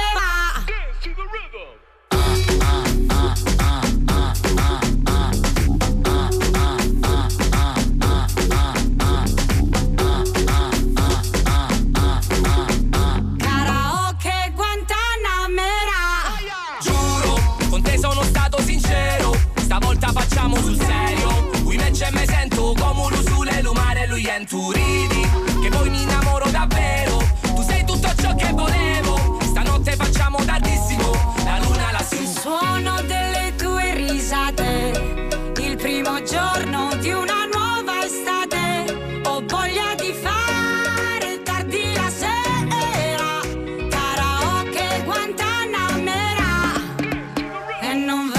Karaoke Guantanamera. Giuro, con te sono stato sincero, stavolta facciamo sul serio. Lui me c'è me sento come un usule lumare, lui è in tu ridi, che poi mi innamoro davvero. Tu sei tutto ciò che volevo, stanotte facciamo tardissimo, la luna lassù. Il suono delle tue risate, il primo giorno di una nuova estate. Ho voglia di fare tardi la sera, karaoke Guantanamera. E non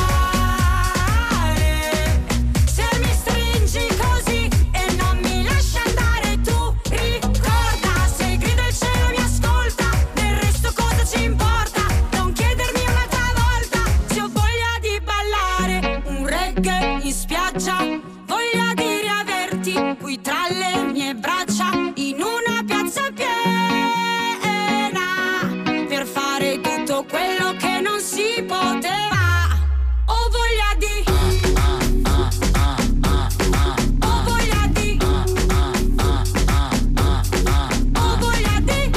vale se mi stringi così e non mi lasci andare. Tu ricorda, se grida il cielo mi ascolta, del resto cosa ci importa? Non chiedermi un'altra volta se ho voglia di ballare un reggae in spiaggia, voglia di riaverti qui tra le mie braccia, in una piazza piena, per fare tutto quello che non si poteva. Ho voglia di, ho voglia di, ho voglia di,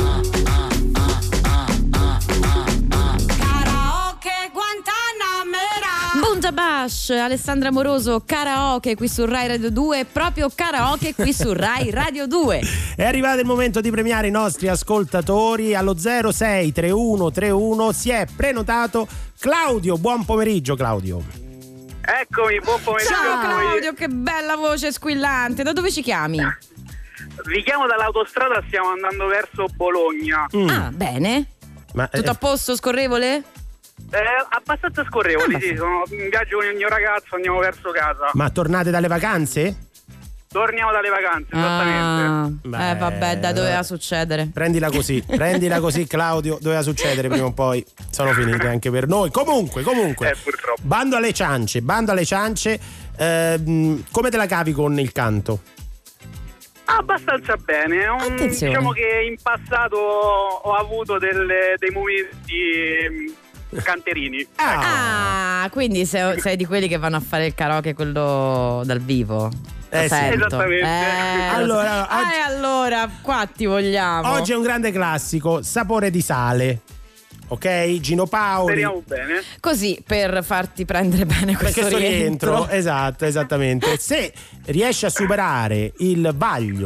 karaoke Guantanamera. Bunta Bash, Alessandra Moroso, karaoke qui su Rai Radio 2, proprio karaoke qui su Rai Radio 2. È arrivato il momento di premiare i nostri ascoltatori. Allo 063131 si è prenotato Claudio. Buon pomeriggio, Claudio. Eccomi, buon pomeriggio. Ciao Claudio, che bella voce squillante. Da dove ci chiami? Vi chiamo dall'autostrada, stiamo andando verso Bologna. Ah, bene. Tutto a posto, scorrevole? Abbastanza scorrevoli, sì. Sono in viaggio con il mio ragazzo, andiamo verso casa. Ma tornate dalle vacanze? Torniamo dalle vacanze, esattamente. Vabbè, doveva succedere. Prendila così, Claudio, doveva succedere prima o poi. Sono finite anche per noi. Comunque. Purtroppo. Bando alle ciance. Come te la cavi con il canto? Abbastanza bene. Diciamo che in passato ho avuto dei momenti canterini. Quindi sei di quelli che vanno a fare il karaoke, quello dal vivo. Sì. Esattamente. Allora, qua ti vogliamo. Oggi è un grande classico, Sapore di sale. Ok, Gino Paoli. Speriamo bene. Così, per farti prendere bene questo rientro. Esatto, esattamente. Se riesci a superare il vaglio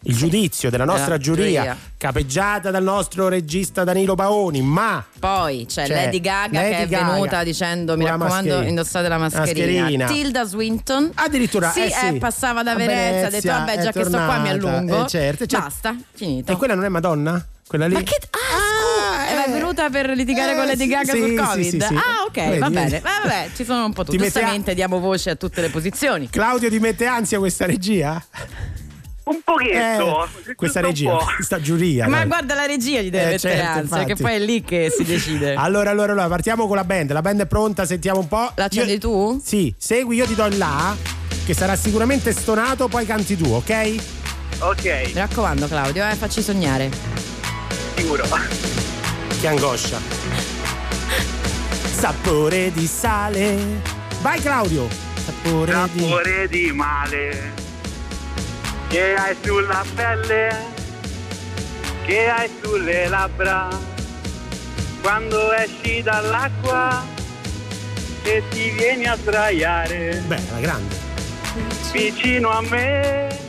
il giudizio della nostra giuria, capeggiata dal nostro regista Danilo Paoni, ma poi c'è Lady Gaga che è venuta dicendo mi raccomando indossate la mascherina. Tilda Swinton addirittura passava da Venezia, ha detto vabbè già che sto qua mi allungo, certo. Basta, finito. E quella non è Madonna? Quella lì? Ma che è venuta per litigare con Lady Gaga sul Covid? Sì. Ah, ok, vedi, va bene. Vabbè, ci sono un po' tutti. Giustamente diamo voce a tutte le posizioni. Claudio, ti mette ansia questa regia? Un pochetto. Questa regia, questa giuria. Ma guarda, la regia gli deve mettere ansia, infatti. Che poi è lì che si decide. Allora, partiamo con la band. La band è pronta, sentiamo un po'. L'accendi tu? Sì, segui, io ti do il là, che sarà sicuramente stonato, poi canti tu, ok? Ok. Mi raccomando, Claudio, facci sognare. Sicuro. Che angoscia. Sapore di sale. Vai Claudio. Sapore di male che hai sulla pelle, che hai sulle labbra, quando esci dall'acqua e ti vieni a sdraiare. Beh, la grande. Vicino a me.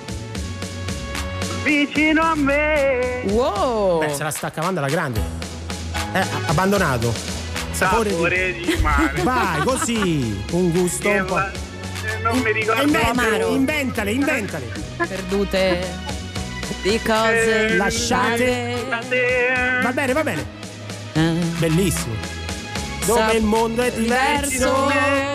Wow. Beh, se la sta cavando alla grande. Abbandonato. Sapore di mare. Vai, così. Un gusto un po'. Non mi ricordo. Inventale. Perdute di cose lasciate. Va bene. Bellissimo. Dove il mondo è diverso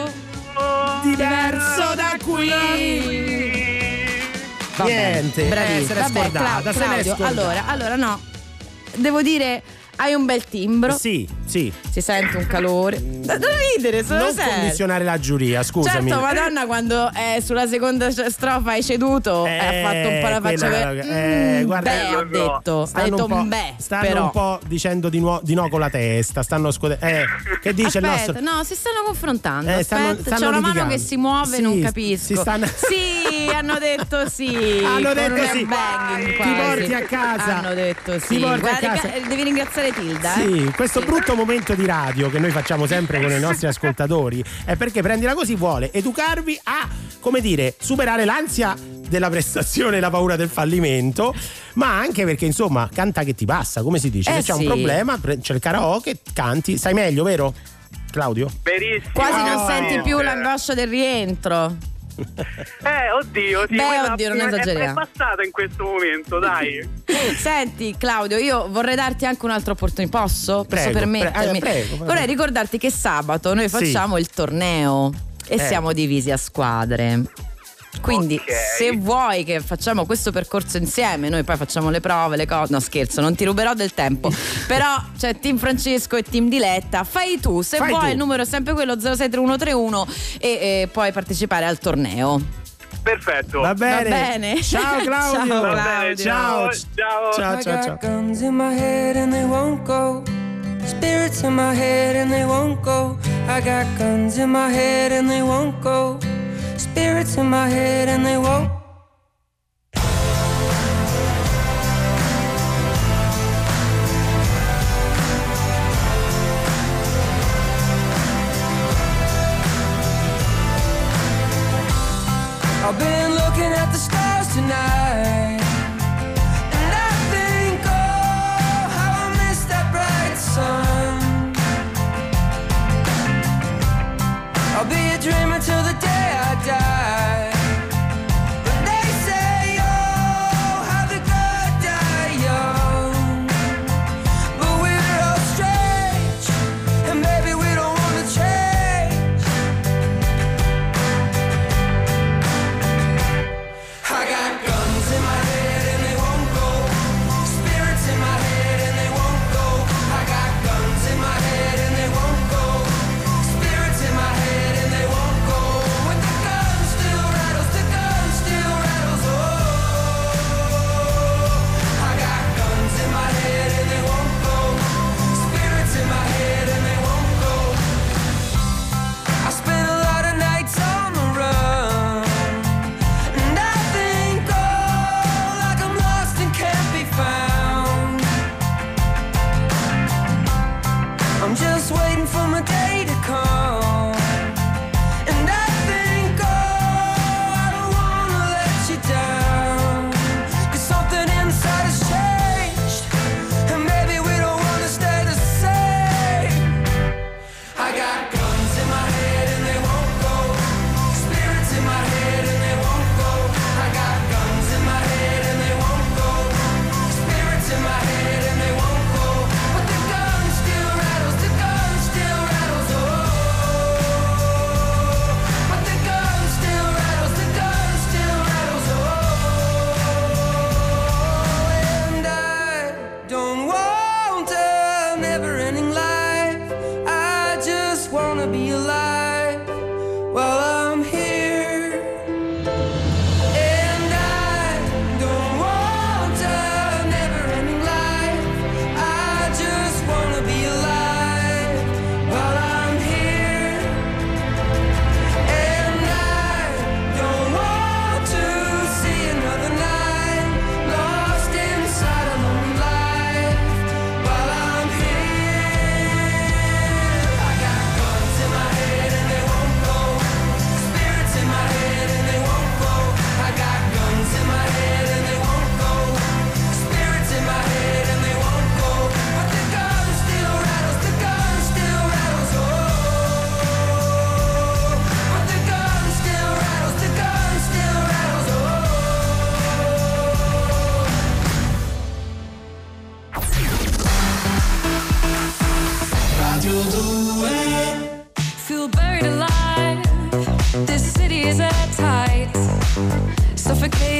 da qui. Niente, bravissimo. se l'è scordata, Claudio, allora no, devo dire, hai un bel timbro. Sì. Si sente un calore. Non ridere, non condizionare la giuria, scusami. Certo, Madonna, quando è sulla seconda strofa hai ceduto, ha fatto un po' la faccia guarda, ha detto stanno un po' dicendo di no con la testa, stanno che dice il nostro? No, si stanno confrontando. Stanno c'è una mano che si muove, non capisco. Sì, hanno detto sì. Hanno detto sì. Ti porti a casa. Hanno detto sì. Devi ringraziare Tilda. Sì, questo brutto momento di radio che noi facciamo sempre con i nostri ascoltatori è perché Prendila Così vuole educarvi a, come dire, superare l'ansia della prestazione e la paura del fallimento, ma anche perché insomma canta che ti passa, come si dice, se c'è un problema c'è il karaoke, canti, sai meglio, vero Claudio? Verissimo. Quasi non senti più l'angoscia del rientro. Oddio, sì. Oddio, non esageriamo. È passata in questo momento, dai. Senti, Claudio, io vorrei darti anche un'altra opportunità. Posso permettermi? Prego. Vorrei ricordarti che sabato noi facciamo il torneo e siamo divisi a squadre. Quindi se vuoi che facciamo questo percorso insieme, noi poi facciamo le prove, le cose. No, scherzo, non ti ruberò del tempo. Però c'è Team Francesco e Team Diletta. Fai tu, se vuoi, il numero è sempre quello 063131 e puoi partecipare al torneo. Perfetto. Va bene. Ciao Claudio. Ciao. Ciao. Guns in my head and they won't go. Spirits in my head and they won't go. I got guns in my head and they won't go. Spirits in my head and they won't. I've been looking at the stars tonight, and I think, oh, how I miss that bright sun. I'll be a dreamer till the day I die, but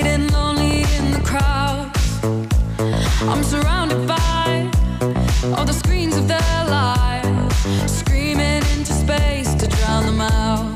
feeling lonely in the crowd. I'm surrounded by all the screens of their lives, screaming into space to drown them out.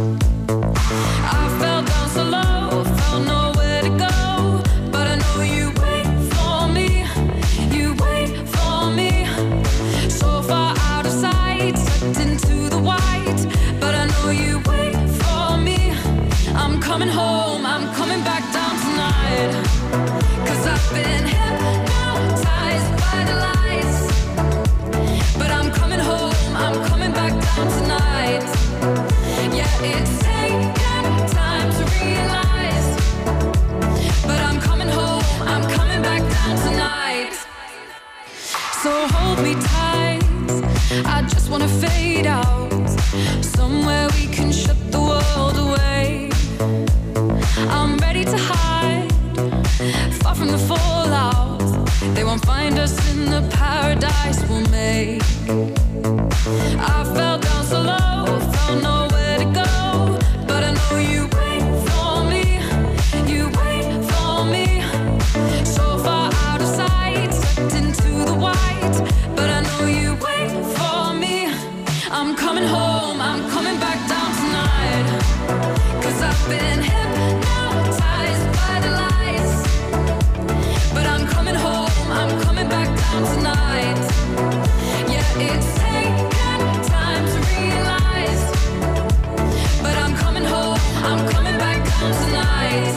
I fell down so low, found nowhere to go, but I know you wait for me, you wait for me. So far out of sight, sucked into the white, but I know you wait for me. I'm coming home, I'm coming back down tonight, 'cause I've been hypnotized by the lights. But I'm coming home, I'm coming back down tonight. Yeah, it's taken time to realize, but I'm coming home, I'm coming back down tonight. So hold me tight, I just wanna fade out, somewhere we can shut the world away. I'm ready to hide, far from the fallout. They won't find us in the paradise we'll make. I fell down so low, found nowhere to go, but I know you wait for me, you wait for me. So far out of sight, sucked into the white, but I know you wait for me. I'm coming home, I'm coming back down tonight, 'cause I've been hypnotized by the lights. But I'm coming home, I'm coming back down tonight. Yeah, it's taken time to realize, but I'm coming home, I'm coming back down tonight.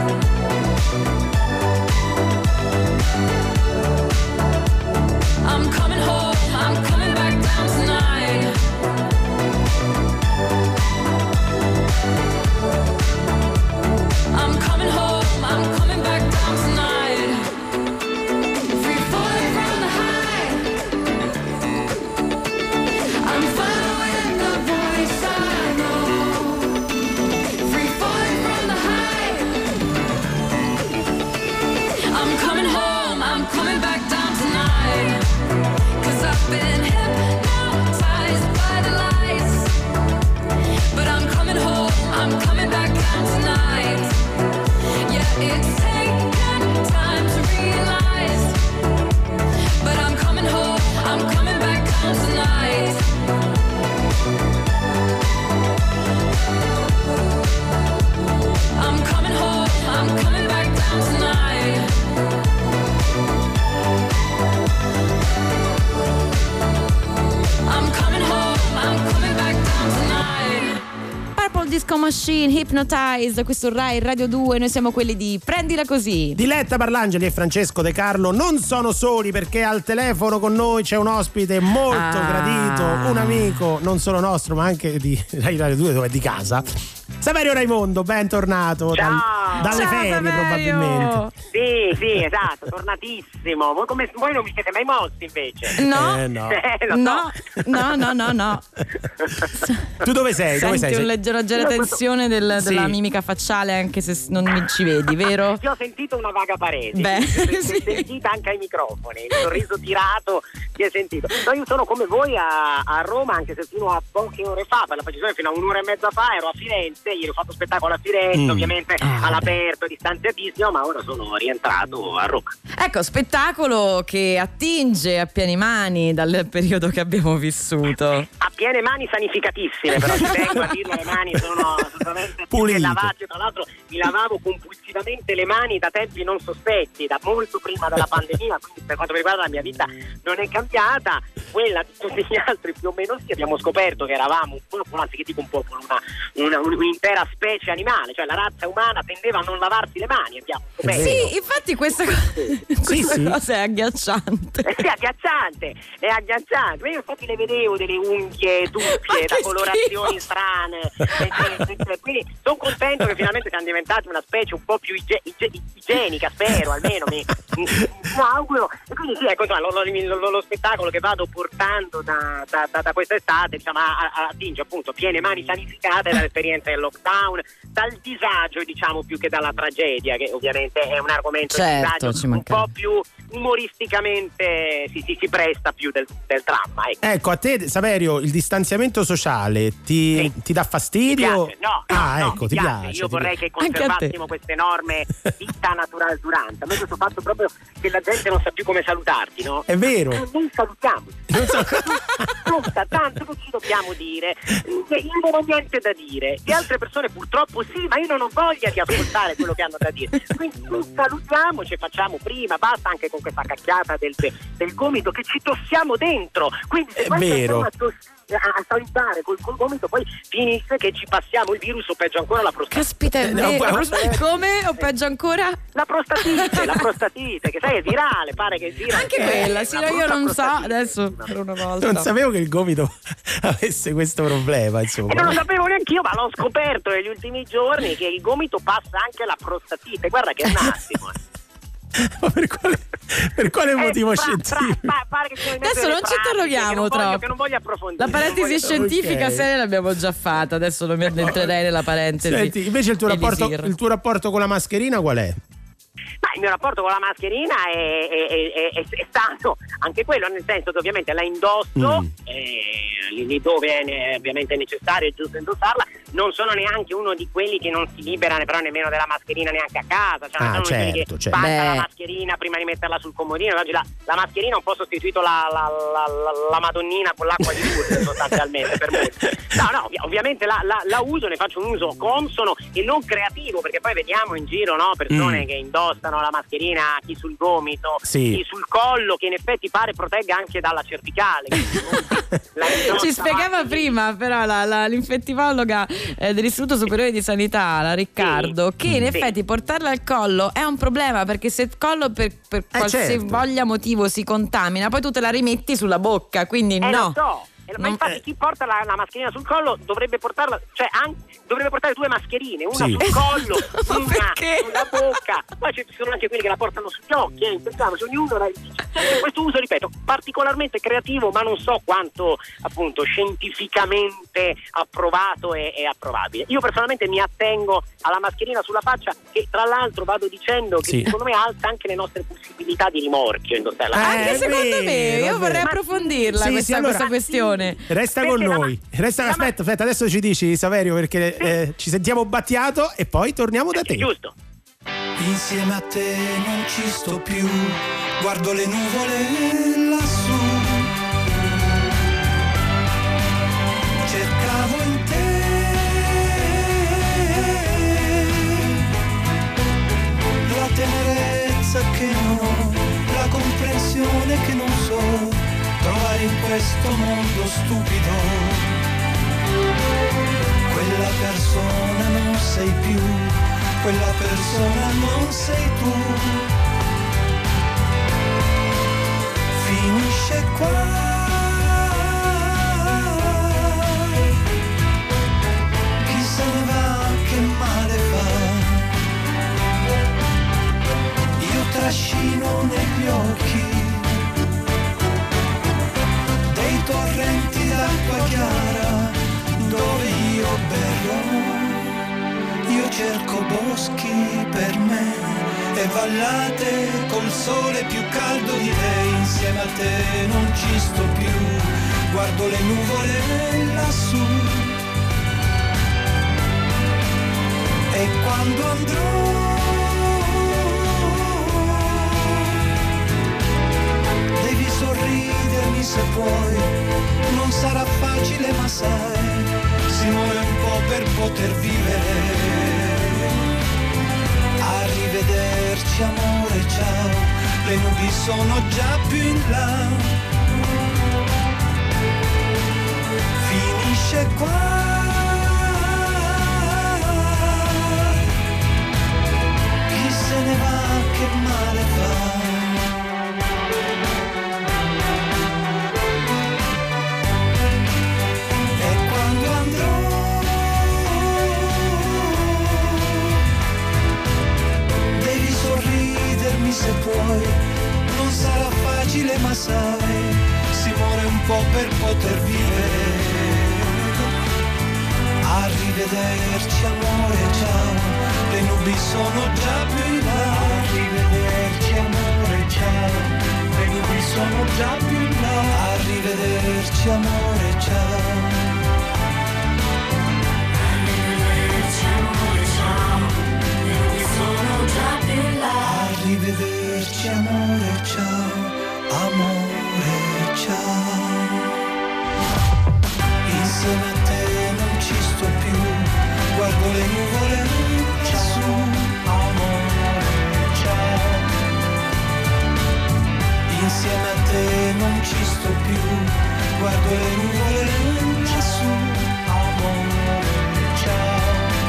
I'm coming home, I'm coming back down tonight. I'm coming home, I'm coming back down tonight. Free falling from the high, I'm following the voice I know. Free falling from the high, I'm coming home, I'm coming back down tonight, 'cause I've been hypnotized by the lights. But I'm coming home, I'm coming back down tonight. Yeah, it's taken time to realize, but I'm coming home, I'm coming back down tonight. I'm coming home, I'm coming back down tonight. I'm coming home, I'm coming back down tonight. Purple Disco Machine, Hypnotize, questo Rai Radio 2, noi siamo quelli di Prendila Così. Diletta Parlangeli e Francesco De Carlo non sono soli, perché al telefono con noi c'è un ospite molto gradito, un amico non solo nostro ma anche di Rai Radio 2, dove è di casa. Saverio Raimondo, bentornato dalle Ciao, ferie Saverio. probabilmente. Sì, esatto, tornatissimo. Voi non vi siete mai mossi invece? No, no. Tu dove sei? Senti, Dove sei? una leggera tensione della mimica facciale, anche se non mi ci vedi, vero? Ti ho sentito una vaga parete. Beh, si è sentita anche ai microfoni, il sorriso tirato si è sentito. No, io sono come voi a Roma, anche se fino a poche ore fa, per la precisione fino a un'ora e mezza fa ero a Firenze. Ieri ho fatto spettacolo a Firenze, ovviamente all'aperto, distanziatissimo, ma ora sono rientrato a Roma. Ecco, spettacolo che attinge a pieni mani dal periodo che abbiamo vissuto. A piene mani sanificatissime, però ci tengo a dirlo, le mani sono assolutamente pulite. lavate. Tra l'altro mi lavavo compulsivamente le mani da tempi non sospetti, da molto prima della pandemia, quindi per quanto mi riguarda la mia vita non è cambiata, quella di tutti gli altri più o meno sì. Abbiamo scoperto che eravamo un popolo, anzi che dico un popolo, un'intera specie animale, cioè la razza umana tendeva a non lavarsi le mani, abbiamo scoperto. Sì, infatti questa cosa è agghiacciante. È agghiacciante. Io infatti le vedevo delle unghie duppie da colorazioni strane, quindi sono contento che finalmente siamo diventati una specie un po' più igienica, spero, almeno mi auguro. E quindi sì, ecco, lo spettacolo che vado portando da quest'estate, diciamo, attinge appunto piene mani sanificate dall'esperienza del lockdown, dal disagio, diciamo, più che dalla tragedia, che ovviamente è un argomento di disagio un po' più umoristicamente si presta più del dramma. Ecco, a te Saverio il distanziamento sociale ti dà fastidio? Ecco, ti piace. Io vorrei che conservassimo questa enorme vita natural durante. A me questo fatto proprio che la gente non sa più come salutarti, no? È vero. Noi salutiamo. Tanto che ci dobbiamo dire. Io non ho niente da dire. Le altre persone purtroppo sì, ma io non ho voglia di ascoltare quello che hanno da dire. Quindi noi salutiamo, ci facciamo prima, basta anche con questa cacchiata del gomito che ci tossiamo dentro. Quindi se a salutare col gomito poi finisce che ci passiamo il virus o peggio ancora la prostatite. Caspita, è vero. Come? O peggio ancora? La prostatite che sai è virale, pare che gira anche quella, sì, io non so adesso per una volta. Non sapevo che il gomito avesse questo problema, insomma. Non lo sapevo neanche io, ma l'ho scoperto negli ultimi giorni che il gomito passa anche la prostatite. Guarda che è un attimo. Ma per quale motivo scientifico? Adesso non ci interroghiamo troppo. Che non voglio approfondire. La parentesi scientifica seria l'abbiamo già fatta. Adesso non mi addentrerei nella parentesi. Senti, invece il tuo rapporto con la mascherina qual è? Ma il mio rapporto con la mascherina è stato anche quello, nel senso che ovviamente la indosso lì dove è ovviamente necessario e giusto indossarla. Non sono neanche uno di quelli che non si liberano però nemmeno della mascherina neanche a casa, cioè non sono quelli che passa la mascherina prima di metterla sul comodino. Oggi la mascherina ha un po' sostituito la Madonnina con l'acqua di Lourdes sostanzialmente per molti. No, ovviamente la uso, ne faccio un uso consono e non creativo, perché poi vediamo in giro, no, persone che indossano la mascherina, chi sul gomito, chi sul collo, che in effetti pare protegga anche dalla cervicale. Ci spiegava prima però l'infettivologa dell'Istituto Superiore di Sanità, la Riccardo, che in effetti portarla al collo è un problema, perché se il collo per qualsivoglia motivo si contamina, poi tu te la rimetti sulla bocca, quindi no. Lo so. Ma infatti chi porta la mascherina sul collo dovrebbe portarla, cioè dovrebbe portare due mascherine, una sul collo, una sulla bocca. Poi ci sono anche quelli che la portano sugli occhi, pensiamo, ognuno questo uso, ripeto, particolarmente creativo, ma non so quanto appunto scientificamente approvato e approvabile. Io personalmente mi attengo alla mascherina sulla faccia, che tra l'altro vado dicendo che secondo me alza anche le nostre possibilità di rimorchio indossarla. Anche secondo me, io vorrei approfondirla questa questione. Resta con noi. Aspetta, adesso ci dici, Saverio, perché ci sentiamo Battiato e poi torniamo da te. Giusto. Insieme a te non ci sto più, guardo le nuvole lassù. Cercavo in te la tenerezza che non ho, la comprensione che non so trovare in questo mondo stupido. Quella persona non sei più, quella persona non sei tu. Finisce qua. Chi se ne va che male fa. Io trascino negli occhi dei torrenti d'acqua chiara dove io berrò. Io cerco boschi per me e vallate col sole più caldo di te. Insieme a te non ci sto più, guardo le nuvole lassù. E quando andrò devi sorridermi se puoi, non sarà facile ma sai, si muore un po' per poter vivere. Arrivederci amore, ciao, le nubi sono già più in là. Finisce qua. Chi se ne va che male fa. Se puoi, non sarà facile ma sai, si muore un po' per poter vivere. Arrivederci amore, ciao, le nubi sono già più in là. Arrivederci amore, ciao. Arrivederci amore, ciao. Arrivederci amore, ciao, amore, ciao. Insieme a te non ci sto più, guardo le nuvole lassù, amore, ciao. Insieme a te non ci sto più, guardo le nuvole lassù, amore, ciao.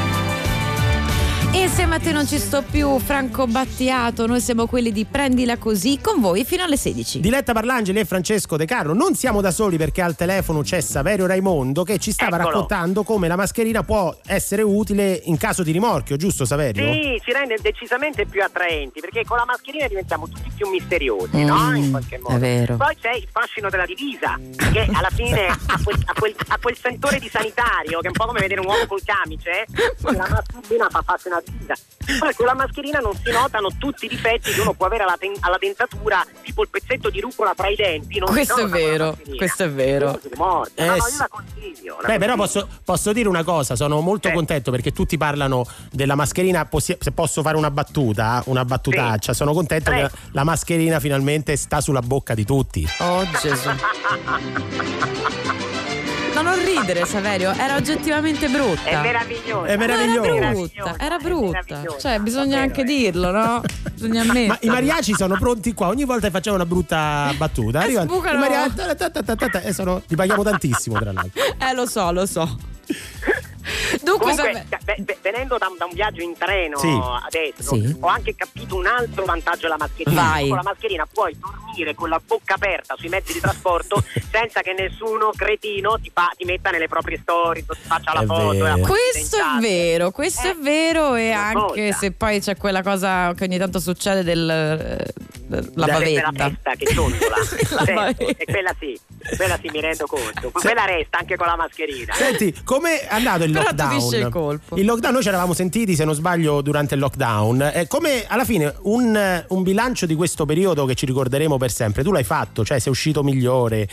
Insieme a te non ci sto più, Franco Battiato. Noi siamo quelli di Prendila Così, con voi fino alle 16. Diletta Parlangeli e Francesco De Carlo. Non siamo da soli, perché al telefono c'è Saverio Raimondo che ci stava raccontando come la mascherina può essere utile in caso di rimorchio, giusto Saverio? Sì, ci rende decisamente più attraenti, perché con la mascherina diventiamo tutti più misteriosi, no? In qualche modo. È vero. Poi c'è il fascino della divisa, che alla fine ha quel sentore di sanitario, che è un po' come vedere un uomo col camice, la mascherina fa fascino alla divisa. Poi con la mascherina non si notano tutti i difetti che uno può avere alla dentatura, tipo il pezzetto di rucola tra i denti. Non questo è vero, questo è vero. No, io la consiglio. Beh, però posso dire una cosa, sono molto contento perché tutti parlano della mascherina, se posso fare una battutaccia, sono contento che la mascherina finalmente sta sulla bocca di tutti. Oh Gesù. No, non ridere Saverio, era oggettivamente brutta. È meravigliosa. È meravigliosa. Era brutta. Cioè, bisogna anche dirlo, no? Bisogna ammettere. Ma i mariachi sono pronti qua, ogni volta che facciamo una brutta battuta arrivano i mariachi e li paghiamo tantissimo, tra l'altro. Lo so. Dunque, venendo da un viaggio in treno adesso, ho anche capito un altro vantaggio della mascherina. Vai. Con la mascherina puoi dormire con la bocca aperta sui mezzi di trasporto senza che nessuno cretino ti metta nelle proprie storie, ti faccia la foto. Questo è vero e anche se poi c'è quella cosa che ogni tanto succede della bavetta. Della testa che ciondola. E quella sì, mi rendo conto. Quella resta anche con la mascherina. Senti, com'è andato il lockdown? Il colpo. Il lockdown, noi ci eravamo sentiti, se non sbaglio, durante il lockdown. Come alla fine un bilancio di questo periodo che ci ricorderemo per sempre, tu l'hai fatto? Cioè sei uscito migliore?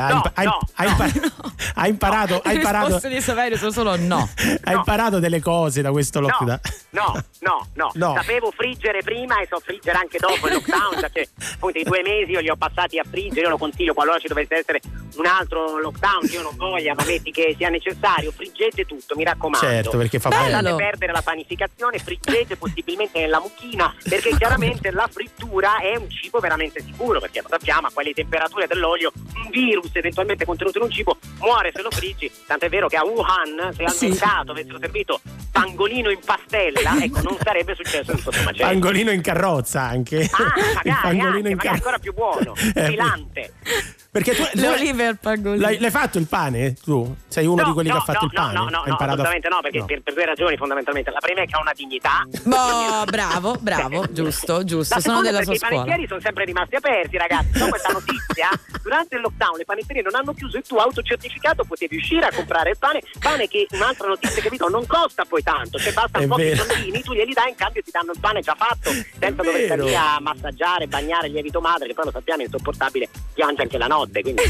Hai imparato? Le risposte di Saverio sono solo no. Hai imparato delle cose da questo lockdown? No. Sapevo friggere prima e so friggere anche dopo il lockdown, perché appunto i 2 mesi io li ho passati a friggere. Io lo consiglio qualora ci dovesse essere un altro lockdown, che io non voglia, ma metti che sia necessario, friggete tutto, mi raccomando. Certo, perché fa bene. Non perdere la panificazione, friggete possibilmente nella mucchina, perché chiaramente la frittura è un cibo veramente sicuro, perché lo sappiamo, a quelle temperature dell'olio un virus eventualmente contenuto in un cibo muore se lo friggi, tant'è vero che a Wuhan, se al mercato avessero servito pangolino in pastella, ecco, non sarebbe successo il sottomacello. Pangolino in carrozza anche. Magari ancora più buono, filante. Perché tu le olive al pangolino. L'hai fatto il pane? Tu sei uno di quelli che ha fatto il pane? No, assolutamente no, perché per 2 ragioni fondamentalmente. La prima è che ha una dignità. Bravo, giusto. Sono della sua scuola. I panettieri sono sempre rimasti aperti, ragazzi. Dopo questa notizia, durante il lockdown le panetterie non hanno chiuso e tu autocertificato potevi uscire a comprare il pane che un'altra notizia che vi do non costa poi tanto, cioè basta un po' di soldini, tu glieli dai in cambio ti danno il pane già fatto, senza dover stare lì a massaggiare, bagnare il lievito madre, che poi lo sappiamo è insopportabile, piange anche la notte, quindi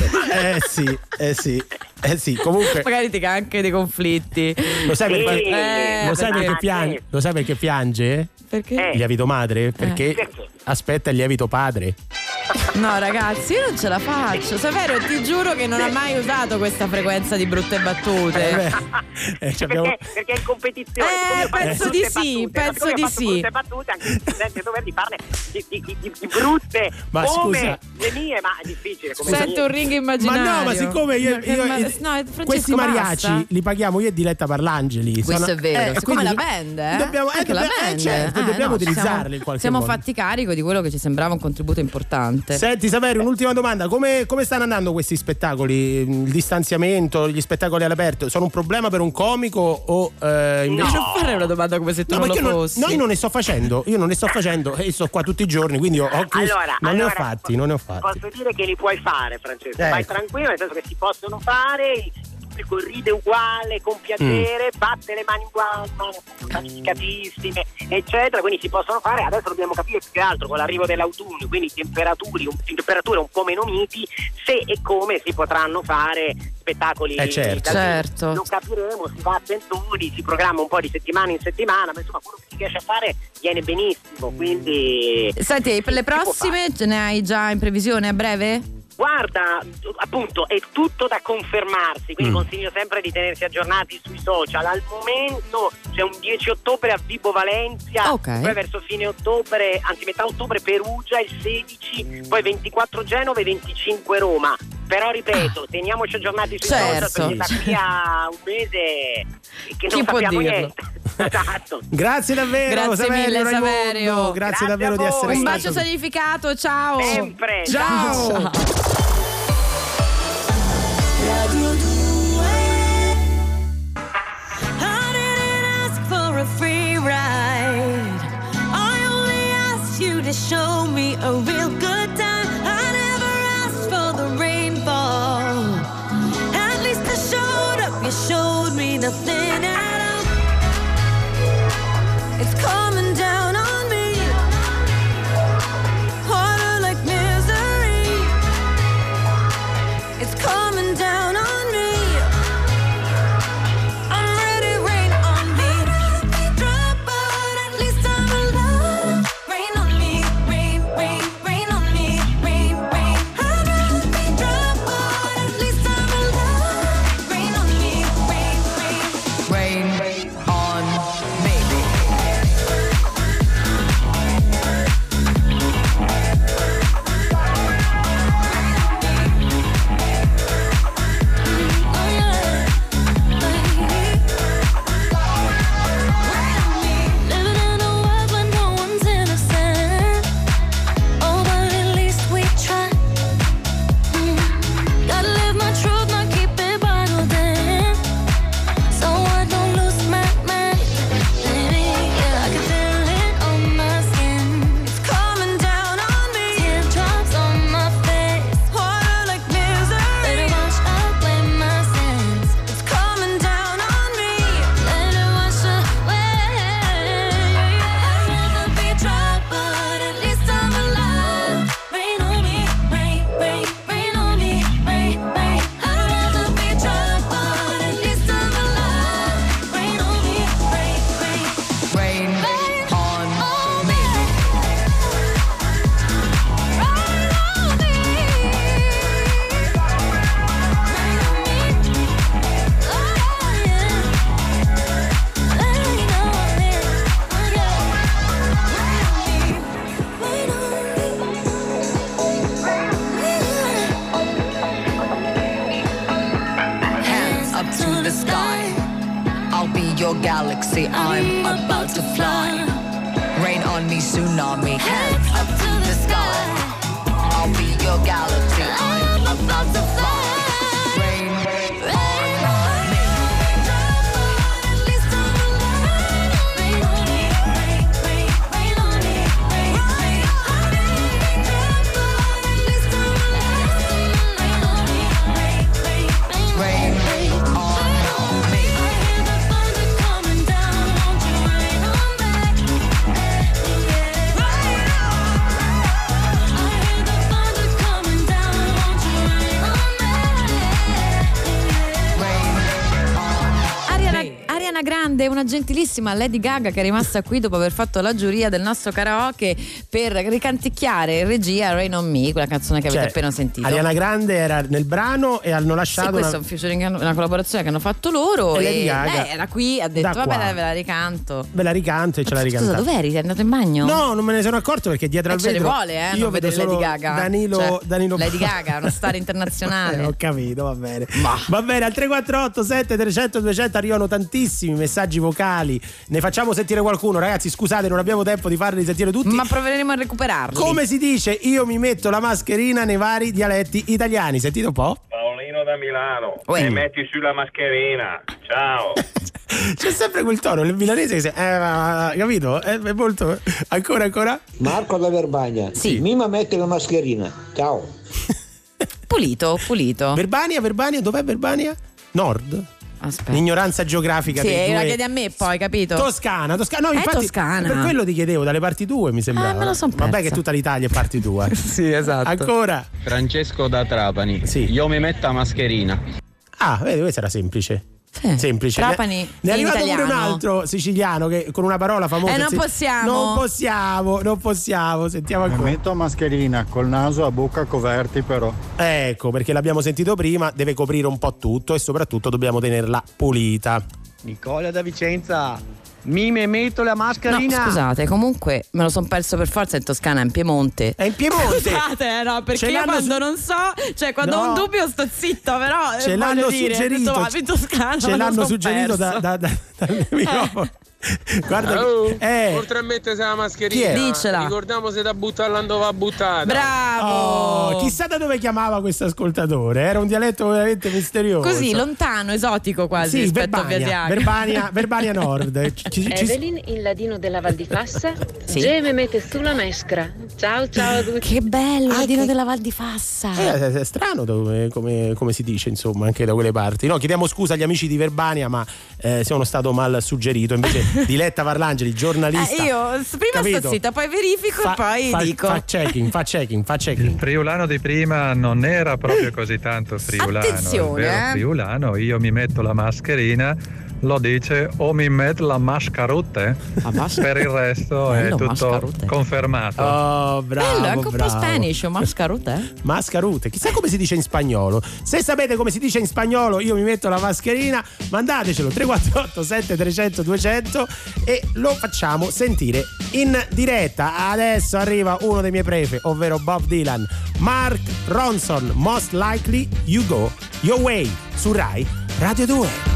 sì, comunque magari ti crea anche dei conflitti. Lo sai perché piange? Perché? Il lievito madre? Perché aspetta il lievito padre. No ragazzi, io non ce la faccio. Saverio, ti giuro che non ha mai usato questa frequenza di brutte battute. Perché è in competizione. Penso di sì. Brutte battute, anche senza dover di farne di brutte, ma come scusa, le mie, ma è difficile. Sento un ring immaginario. Ma no, ma siccome io questi mariachi li paghiamo io e Diletta Parlangeli. Questo è vero. Siccome la band, dobbiamo utilizzarli in qualche siamo modo. Fatti carico di quello che ci sembrava un contributo importante. Senti Saverio, un'ultima domanda: come stanno andando questi spettacoli? Il distanziamento, gli spettacoli all'aperto sono un problema per un comico o invece? Non fare una domanda come se tu non lo fossi. Io non ne sto facendo e sto qua tutti i giorni, quindi ho chiuso. Non ne ho fatti. Posso dire che li puoi fare, Francesco. Vai tranquillo, nel senso che si possono fare. pubblico ride uguale, con piacere, batte le mani uguali, faticatissime, eccetera, quindi si possono fare. Adesso dobbiamo capire più che altro con l'arrivo dell'autunno, quindi temperature un po' meno miti, se e come si potranno fare spettacoli. Certo. Lo capiremo, si va a tentoni, si programma un po' di settimana in settimana, ma insomma quello che si riesce a fare viene benissimo, quindi... Senti, per le prossime ce ne hai già in previsione a breve? Guarda, appunto, è tutto da confermarsi, quindi consiglio sempre di tenersi aggiornati sui social. Al momento c'è un 10 ottobre a Vibo Valencia, poi verso fine ottobre, anzi metà ottobre Perugia, il 16, poi 24 Genova e 25 Roma. Però ripeto, teniamoci aggiornati sui social, perché da qui a un mese che non sappiamo niente. Esatto. Grazie davvero, grazie mille Saverio. Grazie davvero di essere stato. Un bacio sanificato, ciao. Sempre. Ciao. Radio 2. I didn't ask for a free ride. I only asked you to show me a real good time. I never asked for the rainfall. At least I showed up. You showed me nothing at all. It's coming down on me. Harder like misery. It's coming down on me. I'm ready, rain on me. I'd be dry, but at least I'm alive. Rain on me, rain, rain, rain on me, rain, rain. I'd rather be dry, but at least I'm alive. Rain on me, rain, rain. Rain on me. Living in a world where no one's innocent. Oh, but at least we try. Gotta live my truth, not keep it bottled in, so I don't lose my mind. Yeah, I can feel it on my skin. It's coming down on me. Teardrops on my face, harder like misery. Let it wash away my sins. It's coming down on me. Let it wash away. I'd rather be dry, but at least I'm alive. Rain on me, rain, rain, rain on me, rain, rain. I'd rather be dry, but at least I'm alive. Rain on me, rain, rain. Rain on me. Hands up to the sky. I'll be your galaxy. I'm about to fly. Rain on me, tsunami. Hands up to the sky. I'll be your galaxy. I'm about to fly. Rain on me. Rain on me. Ariana Grande, una gentilissima Lady Gaga che è rimasta qui dopo aver fatto la giuria del nostro karaoke per ricanticchiare in regia Rain on Me, quella canzone che avete appena sentito. Ariana Grande era nel brano e hanno lasciato questo è un featuring, una collaborazione che hanno fatto loro e Lady Gaga lei era qui, ha detto vabbè ve la ricanto. Ve la ricanto e ce la ricantata. Scusa, dov'eri? Sei andato in bagno? No, non me ne sono accorto perché dietro al ce vetro ne vuole, io non vedo solo Lady Gaga. Danilo Lady Gaga, una star internazionale. Ho capito, va bene. Va bene, al 348 7300 200 arrivano tantissimi messaggi vocali. Ne facciamo sentire qualcuno, ragazzi, scusate, non abbiamo tempo di farli sentire tutti. Ma proveremo a recuperarli. Come si dice? Io mi metto la mascherina nei vari dialetti italiani. Sentite un po'. Paolino da Milano. E metti sulla mascherina. Ciao. C'è sempre quel tono, il milanese che capito? È molto. Ancora? Marco da Verbania. Sì. Mima mette la mascherina. Ciao. Pulito. Verbania, dov'è Verbania? Nord? Aspetta. L'ignoranza geografica sì, dei la due. chiedi a me poi, capito? Toscana. No, infatti, Toscana. Per quello ti chiedevo, dalle parti tue mi sembrava. Me lo son persa. Vabbè che tutta l'Italia è parti tua. Sì, esatto. Ancora? Francesco da Trapani. Sì. Io mi metto la mascherina. Ah, vedi, questo era semplice. Sì. Semplice. Trapani ne è arrivato italiano. pure un altro siciliano che con una parola famosa. Non possiamo. Non possiamo. Sentiamo ancora. Mi metto mascherina col naso a bocca coperti però. Ecco, perché l'abbiamo sentito prima, deve coprire un po' tutto e soprattutto dobbiamo tenerla pulita. Nicola da Vicenza. Mi metto la mascherina. No, scusate, comunque me lo son perso per forza in Toscana, in Piemonte. È in Piemonte? Scusate, no, perché io quando non so, cioè quando ho un dubbio sto zitto, però ce l'hanno suggerito. Vado in Toscana, ce l'hanno suggerito dal microfono. Guarda, oltre a mettersi la mascherina, dicela. ricordiamo se da buttare dove va buttata. Bravo. Chissà da dove chiamava questo ascoltatore. Era un dialetto veramente misterioso. Così lontano, esotico quasi rispetto a Verbania Nord. Evelyn, il ladino della Val di Fassa. Sì. Mi mette sulla mescra. Ciao a tutti. Che bello, ladino della Val di Fassa. È strano come si dice, insomma, anche da quelle parti. No, chiediamo scusa agli amici di Verbania, ma sono stato mal suggerito. Invece Diletta Parlangeli, giornalista. Io prima sto zitta, poi verifico e poi dico. Fa checking. Il friulano di prima non era proprio così tanto friulano. Attenzione, il vero friulano, io mi metto la mascherina, lo dice o mi metto la mascarute. Per il resto è tutto mascarute. Confermato. Oh, bravo. Bello, anche un po' Spanish, mascarute. Mascarute, chissà come si dice in spagnolo. Se sapete come si dice in spagnolo, io mi metto la mascherina, mandatecelo 348 7300 200 e lo facciamo sentire in diretta. Adesso arriva uno dei miei prefe, ovvero Bob Dylan, Mark Ronson, Most Likely You Go Your Way, su Rai Radio 2.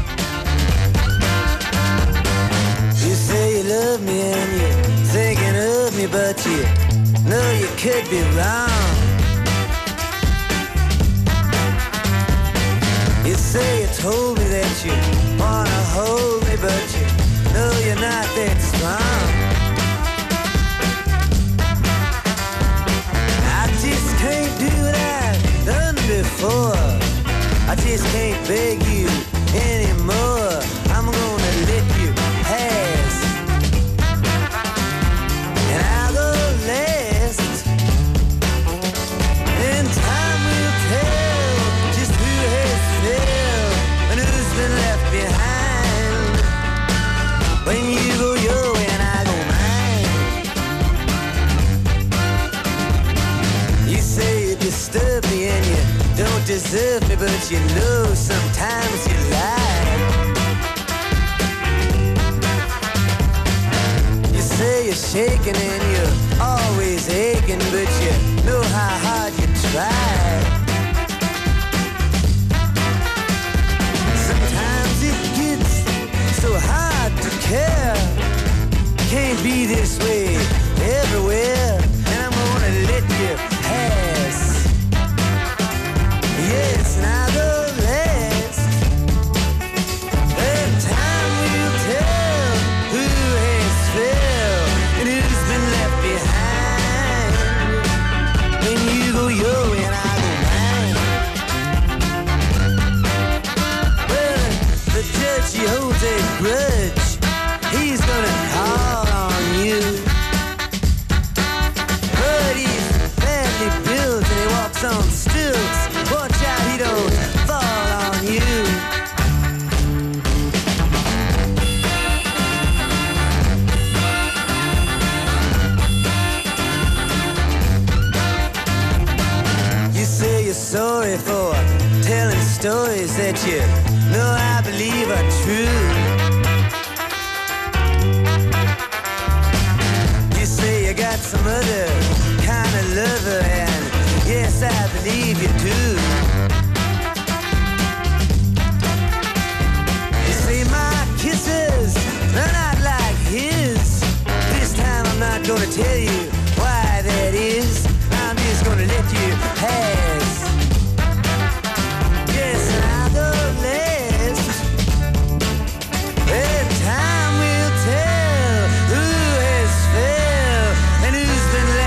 You say you love me and you're thinking of me, but you know you could be wrong. You say you told me that you wanna hold me, but you know you're not that strong. I just can't do what I've done before. I just can't beg you anymore. I'm gonna let you pass, and I'll go last, and time will tell just who has failed and who's been left behind. When you go your way and I go mine. You say you disturb me and you don't deserve me, but you know sometimes you lie. Say you're shaking and you're always aching, but you know how hard you try. Sometimes it gets so hard to care. Can't be this way everywhere, and I'm gonna let you pass. Yes, and I'll go last, and time will tell who has failed and who's been left behind. When you go your way and I go mine. Well, the judge, he holds a grudge. He's gonna call on you, but he's badly built and he walks on stilts. Watch out, he don't fall on you. You say you're sorry for telling stories that you know I believe are true. You say you got some other kind of lover, and yes, I believe you do. You say my kisses are not like his. This time I'm not gonna tell you why that is. I'm just gonna let you pass. Yes, and I'll go last, and time will tell who has failed and who's been left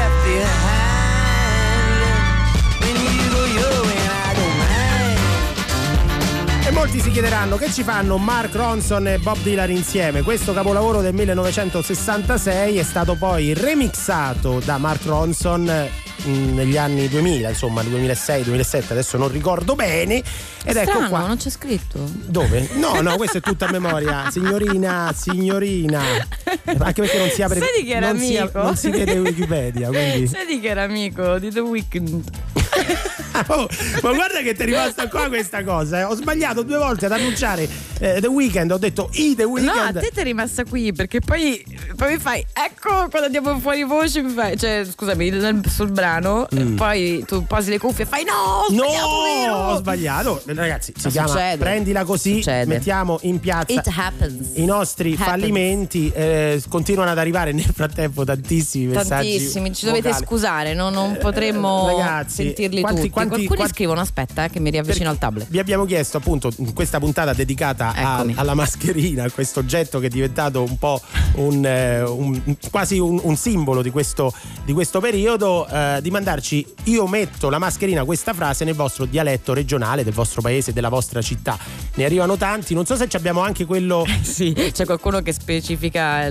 chiederanno che ci fanno Mark Ronson e Bob Dylan insieme. Questo capolavoro del 1966 è stato poi remixato da Mark Ronson negli anni 2000, insomma 2006, 2007, adesso non ricordo bene. Ed strano, ecco qua. Non c'è scritto. Dove? No, questo è tutto a memoria. Signorina. Anche perché non si apre. Sai di chi era amico? Non si vede Wikipedia, quindi. Sai di chi era amico? Di The Weeknd. Ma guarda che ti è rimasta qua questa cosa. Ho sbagliato 2 volte ad annunciare The Weeknd. Ho detto The Weeknd. No, a te ti è rimasta qui perché poi mi fai, ecco, quando andiamo fuori voce mi fai, cioè scusami, sul brano poi tu posi le cuffie e fai ho sbagliato. Ragazzi, si chiama succede. Prendila così. Mettiamo in piazza i nostri fallimenti. Continuano ad arrivare nel frattempo tantissimi messaggi. Tantissimi, ci dovete scusare, non potremmo sentirli tutti. Quanti scrivono, aspetta che mi riavvicino al tablet. Vi abbiamo chiesto appunto in questa puntata dedicata alla mascherina, questo oggetto che è diventato un po' quasi un simbolo di questo periodo, di mandarci io metto la mascherina, questa frase nel vostro dialetto regionale del vostro paese, della vostra città. Ne arrivano tanti, non so se abbiamo anche quello. Sì, c'è qualcuno che specifica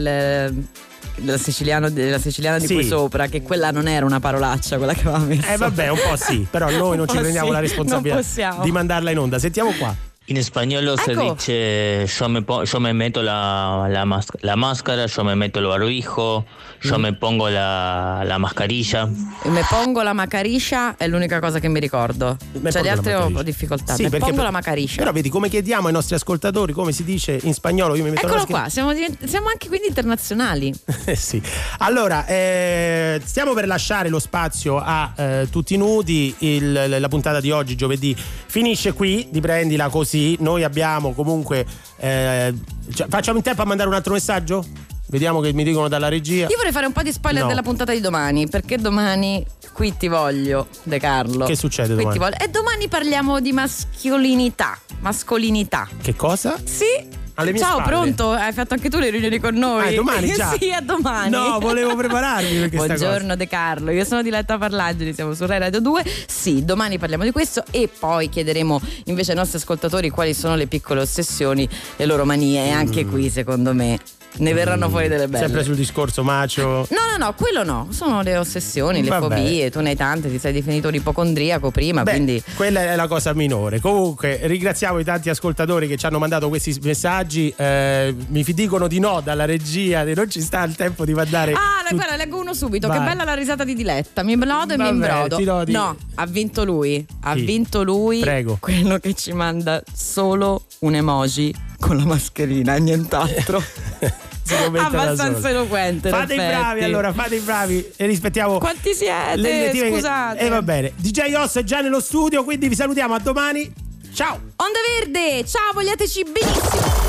la siciliana di qui sopra, che quella non era una parolaccia quella che aveva messo. Vabbè, un po' sì, però noi non ci prendiamo la responsabilità di mandarla in onda. Sentiamo qua. In español se dice yo me meto la máscara, yo me meto el barbijo, yo me pongo la mascarilla. Me pongo la mascarilla è l'unica cosa che mi ricordo. Cioè le altre ho difficoltà. Sì, me pongo la mascarilla. Però vedi come chiediamo ai nostri ascoltatori come si dice in spagnolo. Io mi metto Eccolo qua, siamo anche quindi internazionali. Sì. Allora, stiamo per lasciare lo spazio a Tutti Nudi. La puntata di oggi, giovedì, finisce qui. Di Prendila Così. Noi abbiamo comunque facciamo in tempo a mandare un altro messaggio? Vediamo che mi dicono dalla regia. Io vorrei fare un po' di spoiler della puntata di domani, perché domani qui ti voglio, De Carlo. Che succede domani? E domani parliamo di mascolinità. Che cosa? Sì. Alle mie Ciao, spalle. pronto? Hai fatto anche tu le riunioni con noi? Domani già? Sì, a domani. No, volevo prepararmi per questa Buongiorno De Carlo, io sono Diletta Parlangeli, siamo su Rai Radio 2. Sì, domani parliamo di questo e poi chiederemo invece ai nostri ascoltatori quali sono le piccole ossessioni, le loro manie, e anche qui secondo me ne verranno fuori delle belle. Sempre sul discorso macio. No, quello no. Sono le ossessioni, le fobie. Tu ne hai tante, ti sei definito un ipocondriaco prima. Quindi quella è la cosa minore. Comunque ringraziamo i tanti ascoltatori che ci hanno mandato questi messaggi. Mi dicono di no dalla regia, non ci sta il tempo di mandare. Guarda, leggo uno subito. Vai. Che bella la risata di Diletta. Mi lodo e mi imbrodo. No, ha vinto lui. Vinto lui. Prego. Quello che ci manda solo un emoji con la mascherina e nient'altro. Abbastanza eloquente. Fate i bravi, allora, fate i bravi e rispettiamo. Quanti siete? Scusate. E va bene. DJ Oss è già nello studio, quindi vi salutiamo, a domani. Ciao. Onda Verde, ciao, vogliateci benissimo.